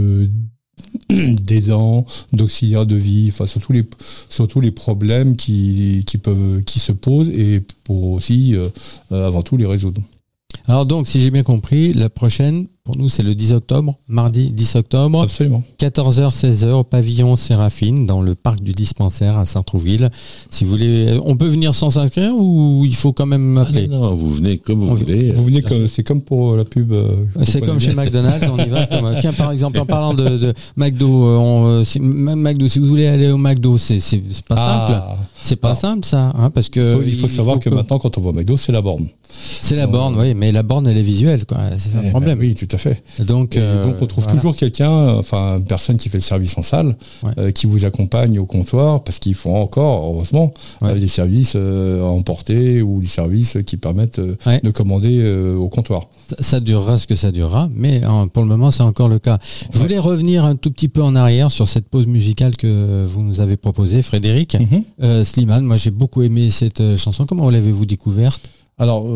d'aidants, d'auxiliaires de vie, enfin surtout les problèmes qui se posent et pour aussi avant tout les résoudre. Alors donc, si j'ai bien compris, la prochaine, pour nous, c'est le 10 octobre, mardi 10 octobre. Absolument. 14h, 16h, au pavillon Séraphine, dans le parc du dispensaire à Sartrouville. Si vous voulez, on peut venir sans s'inscrire ou il faut quand même appeler ? Non, vous venez comme vous voulez. Vous venez c'est comme pour la pub. C'est comme chez McDonald's, on y va comme... Tiens, par exemple, en parlant de McDo, McDo, si vous voulez aller au McDo, c'est pas simple. C'est pas simple ça, hein, parce que... Il faut savoir que maintenant, quand on va au McDo, c'est la borne. C'est la borne, oui, mais la borne, elle est visuelle, quoi. C'est un problème. Oui, tout à fait. Donc on trouve toujours quelqu'un, une personne qui fait le service en salle, qui vous accompagne au comptoir, parce qu'ils font encore, heureusement, les services à emporter ou les services qui permettent de commander au comptoir. Ça durera ce que ça durera, mais pour le moment, c'est encore le cas. Je voulais revenir un tout petit peu en arrière sur cette pause musicale que vous nous avez proposée, Frédéric. Slimane, moi j'ai beaucoup aimé cette chanson. Comment l'avez-vous découverte ? Alors,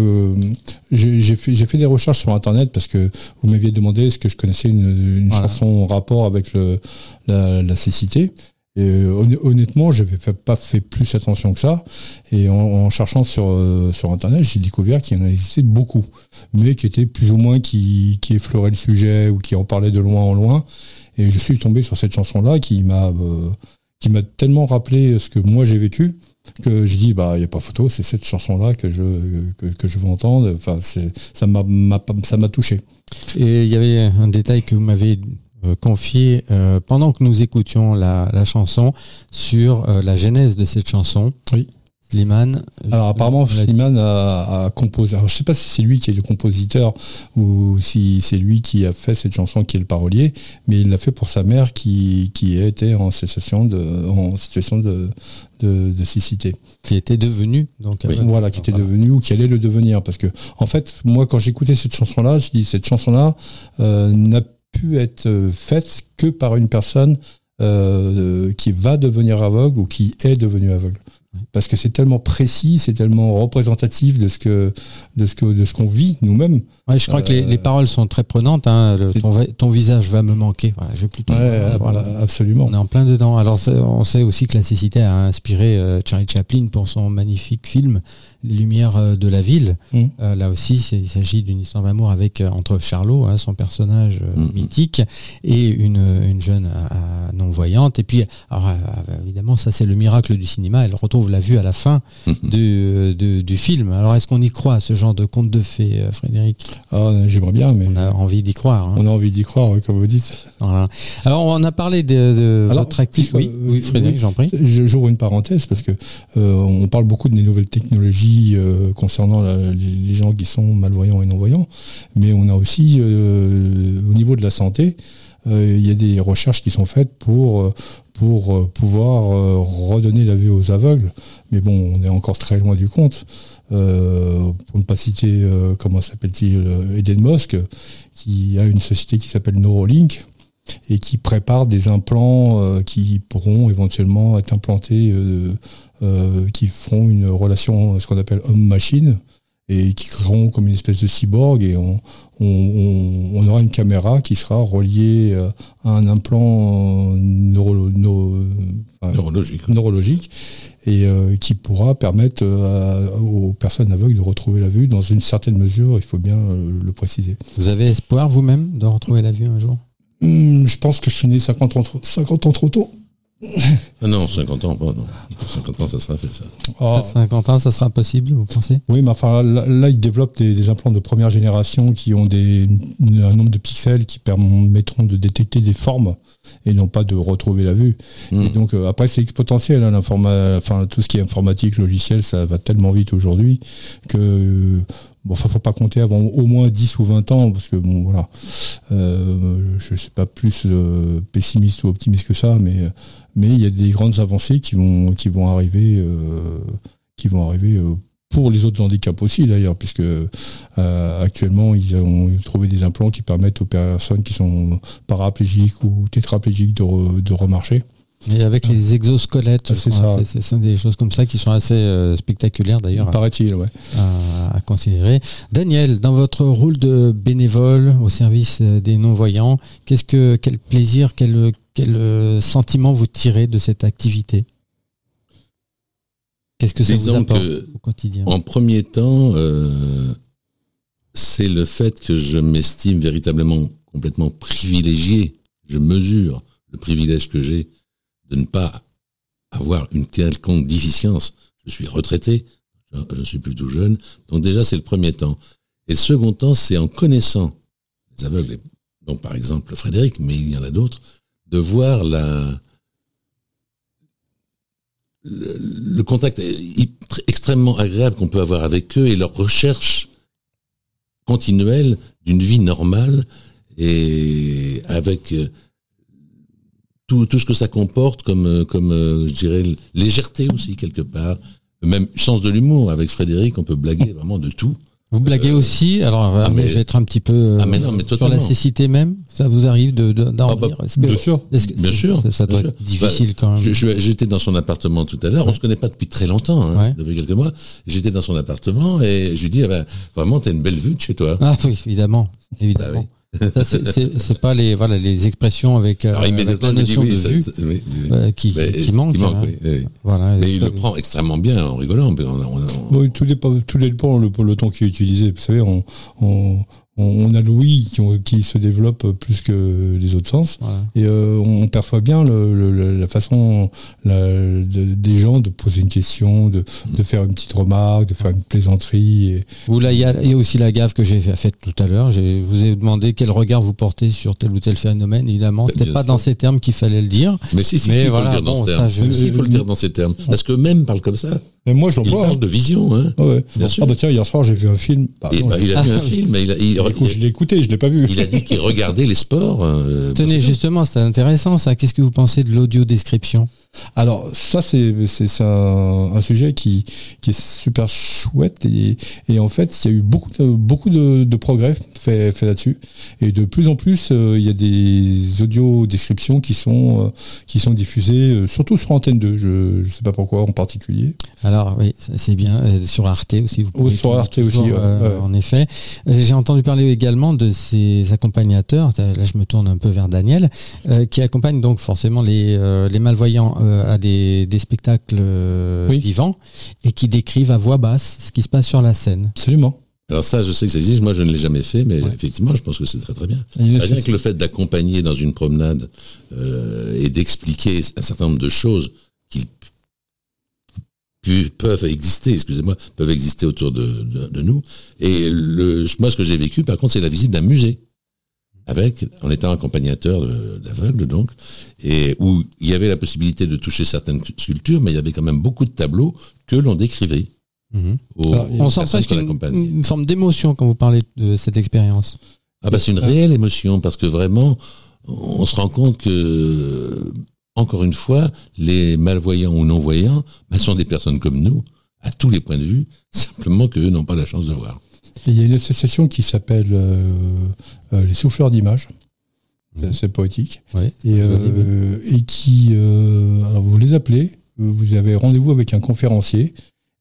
j'ai fait des recherches sur Internet parce que vous m'aviez demandé est-ce que je connaissais une chanson en rapport avec la cécité. Et honnêtement, je n'avais pas fait plus attention que ça. Et en cherchant sur Internet, j'ai découvert qu'il y en existait beaucoup, mais qui étaient plus ou moins qui effleuraient le sujet ou qui en parlaient de loin en loin. Et je suis tombé sur cette chanson-là qui m'a tellement rappelé ce que moi j'ai vécu, que je dis il n'y a pas photo, c'est cette chanson là que je veux entendre. Enfin, ça m'a touché. Et il y avait un détail que vous m'avez confié pendant que nous écoutions la chanson sur la genèse de cette chanson. Oui. Slimane. Alors apparemment Slimane a composé. Alors je ne sais pas si c'est lui qui est le compositeur ou si c'est lui qui a fait cette chanson qui est le parolier, mais il l'a fait pour sa mère qui était en situation de cécité. Qui était devenue donc. Oui, voilà, qui était devenue ou qui allait le devenir. Parce que en fait, moi quand j'écoutais cette chanson-là, je dis cette chanson-là n'a pu être faite que par une personne qui va devenir aveugle ou qui est devenue aveugle. Parce que c'est tellement précis, c'est tellement représentatif de ce qu'on vit nous-mêmes. Ouais, je crois que les paroles sont très prenantes. Hein. Ton visage va me manquer. Voilà, je vais plutôt. Absolument. On est en plein dedans. Alors on sait aussi que la cécité a inspiré Charlie Chaplin pour son magnifique film Les Lumières de la ville. Là aussi, il s'agit d'une histoire d'amour entre Charlot, son personnage mythique, et une jeune non-voyante. Et puis, évidemment, ça c'est le miracle du cinéma. Elle retrouve la vue à la fin du film. Alors, est-ce qu'on y croit, ce genre de conte de fées, Frédéric ? J'aimerais bien, mais... On a envie d'y croire. Hein. On a envie d'y croire, comme vous dites. Voilà. Alors, on a parlé de votre activité. Oui, Frédéric, j'en prie. J'ouvre une parenthèse, parce que on parle beaucoup des nouvelles technologies concernant les gens qui sont malvoyants et non-voyants, mais on a aussi, au niveau de la santé, il y a des recherches qui sont faites pour pouvoir redonner la vue aux aveugles. Mais bon, on est encore très loin du compte. Pour ne pas citer, comment s'appelle-t-il, Eden Musk, qui a une société qui s'appelle Neuralink et qui prépare des implants qui pourront éventuellement être implantés, qui feront une relation, ce qu'on appelle homme-machine, et qui créeront comme une espèce de cyborg, et on aura une caméra qui sera reliée à un implant neurologique et qui pourra permettre aux personnes aveugles de retrouver la vue dans une certaine mesure, il faut bien le préciser. Vous avez espoir vous-même de retrouver la vue un jour ? Je pense que je suis né 50 ans trop tôt. Ah non, 50 ans, pas, non. 50 ans, ça sera fait, ça. À 50 ans, ça sera possible, vous pensez ? Oui, mais enfin, là ils développent des implants de première génération qui ont un nombre de pixels qui permettront de détecter des formes et non pas de retrouver la vue. Et donc, après, c'est exponentiel, hein, tout ce qui est informatique, logiciel, ça va tellement vite aujourd'hui que... Bon, faut pas compter avant au moins 10 ou 20 ans, parce que bon, voilà, je suis pas plus pessimiste ou optimiste que ça, mais il y a des grandes avancées qui vont arriver pour les autres handicaps aussi d'ailleurs, puisque actuellement ils ont trouvé des implants qui permettent aux personnes qui sont paraplégiques ou tétraplégiques de remarcher. Et avec les exosquelettes, ce sont des choses comme ça qui sont assez spectaculaires d'ailleurs. Paraît-il, ouais. À considérer. Daniel, dans votre rôle de bénévole au service des non-voyants, quel plaisir, quel sentiment vous tirez de cette activité ? Qu'est-ce que ça vous apporte au quotidien ? En premier temps, c'est le fait que je m'estime véritablement complètement privilégié. Je mesure le privilège que j'ai de ne pas avoir une quelconque déficience. Je suis retraité, je ne suis plus tout jeune, donc déjà c'est le premier temps. Et le second temps, c'est en connaissant les aveugles, donc par exemple Frédéric, mais il y en a d'autres, de voir le contact extrêmement agréable qu'on peut avoir avec eux et leur recherche continuelle d'une vie normale et avec... Tout ce que ça comporte comme je dirais, légèreté aussi, quelque part. Même sens de l'humour. Avec Frédéric, on peut blaguer vraiment de tout. Vous blaguez aussi, alors je vais être un petit peu sur la cécité même. Ça vous arrive d'en rire? Bien sûr. Bien sûr. Ça doit être difficile quand même. J'étais dans son appartement tout à l'heure. On se connaît pas depuis très longtemps, depuis quelques mois. J'étais dans son appartement et je lui dis, vraiment, t'as une belle vue de chez toi. Ah oui, évidemment. Ah, oui. Ça, c'est pas les expressions avec la notion de vue qui manque. Oui. Voilà, mais il le prend extrêmement bien en rigolant. Oui, tout dépend le ton qui est utilisé. Vous savez, on a l'ouïe qui se développe plus que les autres sens, voilà. Et on perçoit bien la façon des gens de poser une question, de faire une petite remarque, de faire une plaisanterie. Ou là, il y a aussi la gaffe que j'ai faite tout à l'heure. Je vous ai demandé quel regard vous portez sur tel ou tel phénomène. Évidemment, c'était pas dans ces termes qu'il fallait le dire. Mais il faut le dire dans ces termes. Parce que même parle comme ça. Mais moi, je parle de vision, hein. Ah ouais. Bien sûr. Tiens, hier soir, j'ai vu un film. Il a vu un film, mais je l'ai écouté, je l'ai pas vu. Il a dit qu'il regardait les sports. Tenez, justement, c'est intéressant ça. Qu'est-ce que vous pensez de l'audio-description ? Alors ça c'est un sujet qui est super chouette et en fait il y a eu beaucoup de progrès fait là-dessus et de plus en plus il y a des audio descriptions qui sont diffusées surtout sur Antenne 2, je sais pas pourquoi en particulier. Alors oui, c'est bien, sur Arte aussi vous pouvez sur Arte aussi en effet. J'ai entendu parler également de ces accompagnateurs, là je me tourne un peu vers Daniel, qui accompagnent donc forcément les malvoyants à des spectacles vivants et qui décrivent à voix basse ce qui se passe sur la scène. Absolument. Alors ça, je sais que ça existe, moi je ne l'ai jamais fait, mais effectivement, je pense que c'est très très bien. Rien que le fait d'accompagner dans une promenade et d'expliquer un certain nombre de choses qui peuvent exister autour de nous. Et moi, ce que j'ai vécu, par contre, c'est la visite d'un musée. En étant accompagnateur d'aveugles, donc, et où il y avait la possibilité de toucher certaines sculptures, mais il y avait quand même beaucoup de tableaux que l'on décrivait. On sent presque une forme d'émotion quand vous parlez de cette expérience. C'est une réelle émotion, parce que vraiment, on se rend compte que, encore une fois, les malvoyants ou non-voyants sont des personnes comme nous, à tous les points de vue, simplement qu'eux n'ont pas la chance de voir. Il y a une association qui s'appelle les souffleurs d'images. C'est poétique. Oui, et qui, alors vous les appelez, vous avez rendez-vous avec un conférencier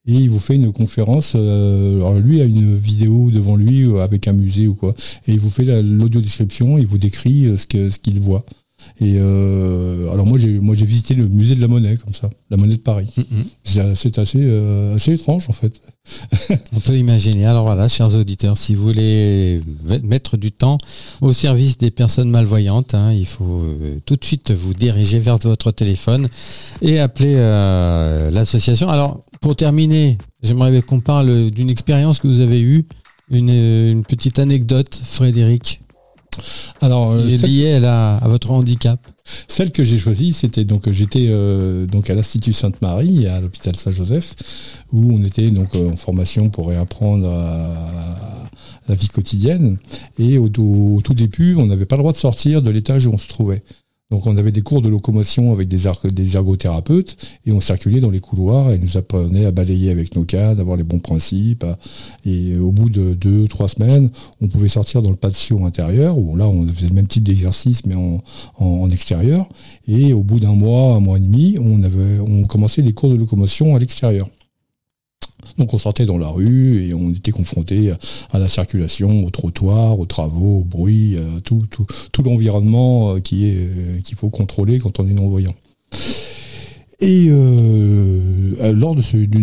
et il vous fait une conférence. Alors lui a une vidéo devant lui avec un musée ou quoi, et il vous fait l'audio description, il vous décrit ce qu'il voit. Et alors moi j'ai visité le musée de la Monnaie comme ça, la Monnaie de Paris. C'est assez étrange en fait. On peut imaginer. Alors voilà, chers auditeurs, si vous voulez mettre du temps au service des personnes malvoyantes, il faut tout de suite vous diriger vers votre téléphone et appeler l'association. Alors pour terminer, j'aimerais qu'on parle d'une expérience que vous avez eue, une petite anecdote, Frédéric. Alors, liée à votre handicap. Celle que j'ai choisie, c'était j'étais à l'Institut Sainte-Marie, à l'hôpital Saint-Joseph, où on était en formation pour réapprendre à la vie quotidienne. Et au tout début, on n'avait pas le droit de sortir de l'étage où on se trouvait. Donc on avait des cours de locomotion avec des ergothérapeutes et on circulait dans les couloirs et nous apprenaient à balayer avec nos cas, d'avoir les bons principes. Et au bout de 2-3 semaines, on pouvait sortir dans le patio intérieur, où là on faisait le même type d'exercice mais en extérieur. Et au bout d'un mois et demi, on commençait les cours de locomotion à l'extérieur. Donc on sortait dans la rue et on était confronté à la circulation, au trottoir, aux travaux, au bruit, tout l'environnement qu'il faut contrôler quand on est non-voyant. Et lors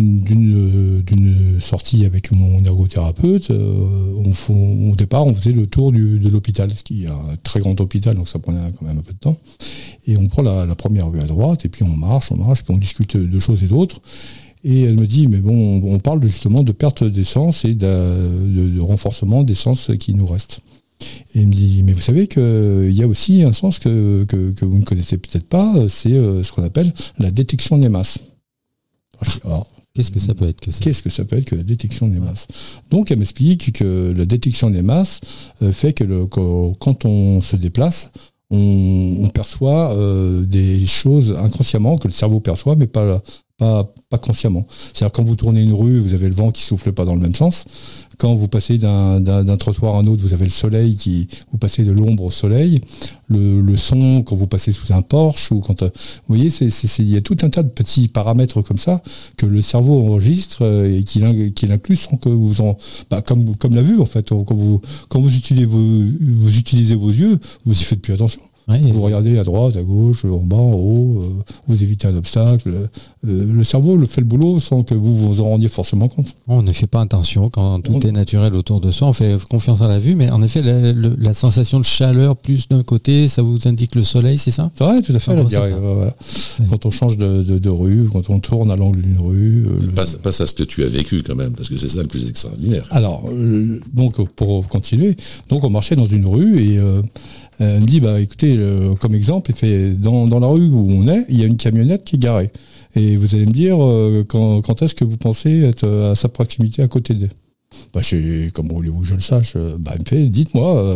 d'une sortie avec mon ergothérapeute, au départ on faisait le tour de l'hôpital, ce qui est un très grand hôpital, donc ça prenait quand même un peu de temps. Et on prend la première rue à droite, et puis on marche, puis on discute de choses et d'autres. Et elle me dit, mais bon, on parle justement de perte des sens et de renforcement des sens qui nous restent. Et elle me dit, mais vous savez qu'il y a aussi un sens que vous ne connaissez peut-être pas, c'est ce qu'on appelle la détection des masses. Qu'est-ce que ça peut être que ça ? Qu'est-ce que ça peut être que la détection des masses ? Donc elle m'explique que la détection des masses fait que quand on se déplace, on perçoit des choses inconsciemment que le cerveau perçoit, mais pas consciemment. C'est-à-dire quand vous tournez une rue, vous avez le vent qui souffle pas dans le même sens. Quand vous passez d'un trottoir à un autre, vous avez le soleil vous passez de l'ombre au soleil. Le son, quand vous passez sous un porche, ou quand vous voyez, il y a tout un tas de petits paramètres comme ça que le cerveau enregistre et qu'il inclut sans que vous comme la vue en fait. Quand vous utilisez vos yeux, vous y faites plus attention. Ouais, vous regardez à droite, à gauche, en bas, en haut, vous évitez un obstacle. Le cerveau fait le boulot sans que vous vous en rendiez forcément compte. On ne fait pas attention quand tout est naturel autour de soi. On fait confiance à la vue, mais en effet, la sensation de chaleur plus d'un côté, ça vous indique le soleil, c'est ça ? C'est vrai, tout à fait. Voilà. Ouais. Quand on change de rue, quand on tourne à l'angle d'une rue... Passe à ce que tu as vécu quand même, parce que c'est ça le plus extraordinaire. Alors, donc pour continuer, donc on marchait dans une rue et... elle me dit, écoutez, comme exemple, dans la rue où on est, il y a une camionnette qui est garée. Et vous allez me dire, quand est-ce que vous pensez être à sa proximité à côté d'elle ? Comment voulez-vous que je le sache ? Elle me fait, dites-moi,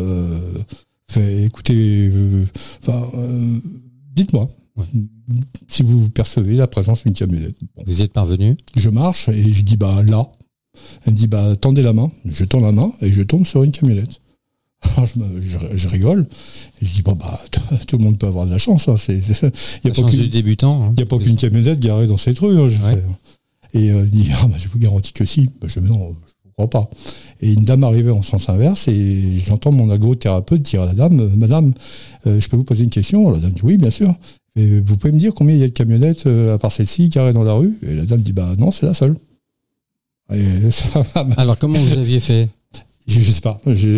écoutez, dites-moi, si vous percevez la présence d'une camionnette. Bon. Vous y êtes parvenu ? Je marche et je dis, là. Elle me dit, tendez la main. Je tends la main et je tombe sur une camionnette. Alors je rigole et je dis tout le monde peut avoir de la chance. Il n'y a pas du débutant. Il n'y a pas qu'une camionnette garée dans cette rue. Et il dit je vous garantis que si. Non, je ne crois pas. Et une dame arrivait en sens inverse et j'entends mon ergothérapeute dire à la dame, madame, je peux vous poser une question ? La dame dit oui, bien sûr. Et vous pouvez me dire combien il y a de camionnettes à part celle-ci garées dans la rue ? Et la dame dit non, c'est la seule. Alors comment vous aviez fait ? Je sais pas.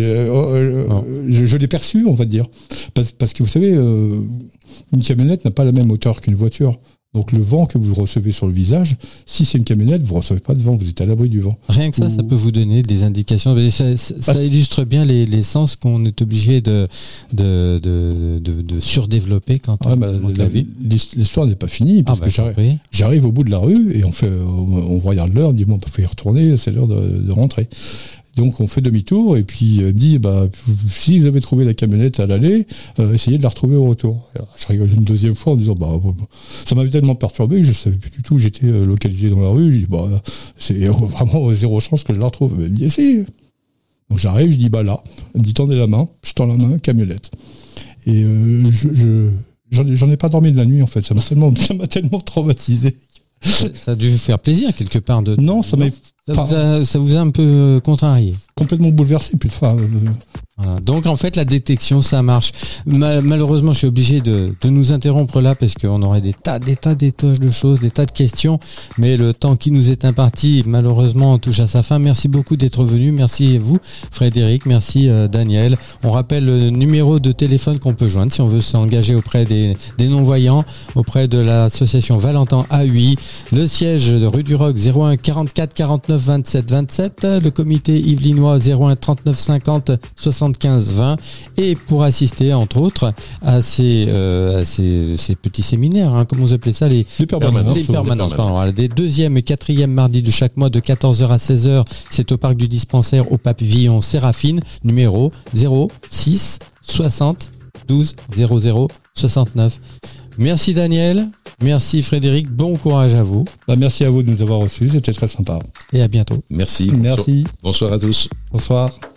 Je l'ai perçu, on va dire. Parce que vous savez, une camionnette n'a pas la même hauteur qu'une voiture. Donc le vent que vous recevez sur le visage, si c'est une camionnette, vous ne recevez pas de vent, vous êtes à l'abri du vent. Rien que ça peut vous donner des indications. Ça illustre bien les sens qu'on est obligé de surdévelopper quand on la vit. L'histoire n'est pas finie, parce que j'arrive au bout de la rue et on regarde l'heure, on dit il faut y retourner, c'est l'heure de rentrer. Donc on fait demi-tour et puis elle me dit si vous avez trouvé la camionnette à l'aller, essayez de la retrouver au retour. Alors, je rigole une deuxième fois en disant ça m'avait tellement perturbé que je ne savais plus du tout où j'étais localisé dans la rue. Je dis c'est vraiment zéro chance que je la retrouve. Elle me dit essayez. Donc j'arrive, je dis là. Elle me dit tendez la main, je tends la main, camionnette. Et j'en ai pas dormi de la nuit en fait, ça m'a tellement traumatisé. Ça a dû vous faire plaisir quelque part de. Non, ça vous a un peu contrarié. Complètement bouleversé, puis enfin. Voilà. Donc en fait la détection ça marche. Malheureusement je suis obligé de nous interrompre là parce qu'on aurait des tas de choses, des tas de questions, mais le temps qui nous est imparti malheureusement touche à sa fin. Merci beaucoup d'être venu, merci à vous Frédéric, merci Daniel. On rappelle le numéro de téléphone qu'on peut joindre si on veut s'engager auprès des non-voyants, auprès de l'association Valentin AUI, le siège de rue du Roc 01 44 49 27 27, le comité yvelinois 01 39 50 75 20, et pour assister entre autres à ces petits séminaires, hein, comment vous appelez ça, les permanences, pardon, des 2e et 4e mardis de chaque mois de 14h à 16h, c'est au parc du dispensaire au pavillon Séraphine, numéro 06 60 12 00 69. Merci Daniel, merci Frédéric, bon courage à vous. Merci à vous de nous avoir reçus, c'était très sympa. Et à bientôt. Merci. Merci. Bonsoir à tous. Bonsoir.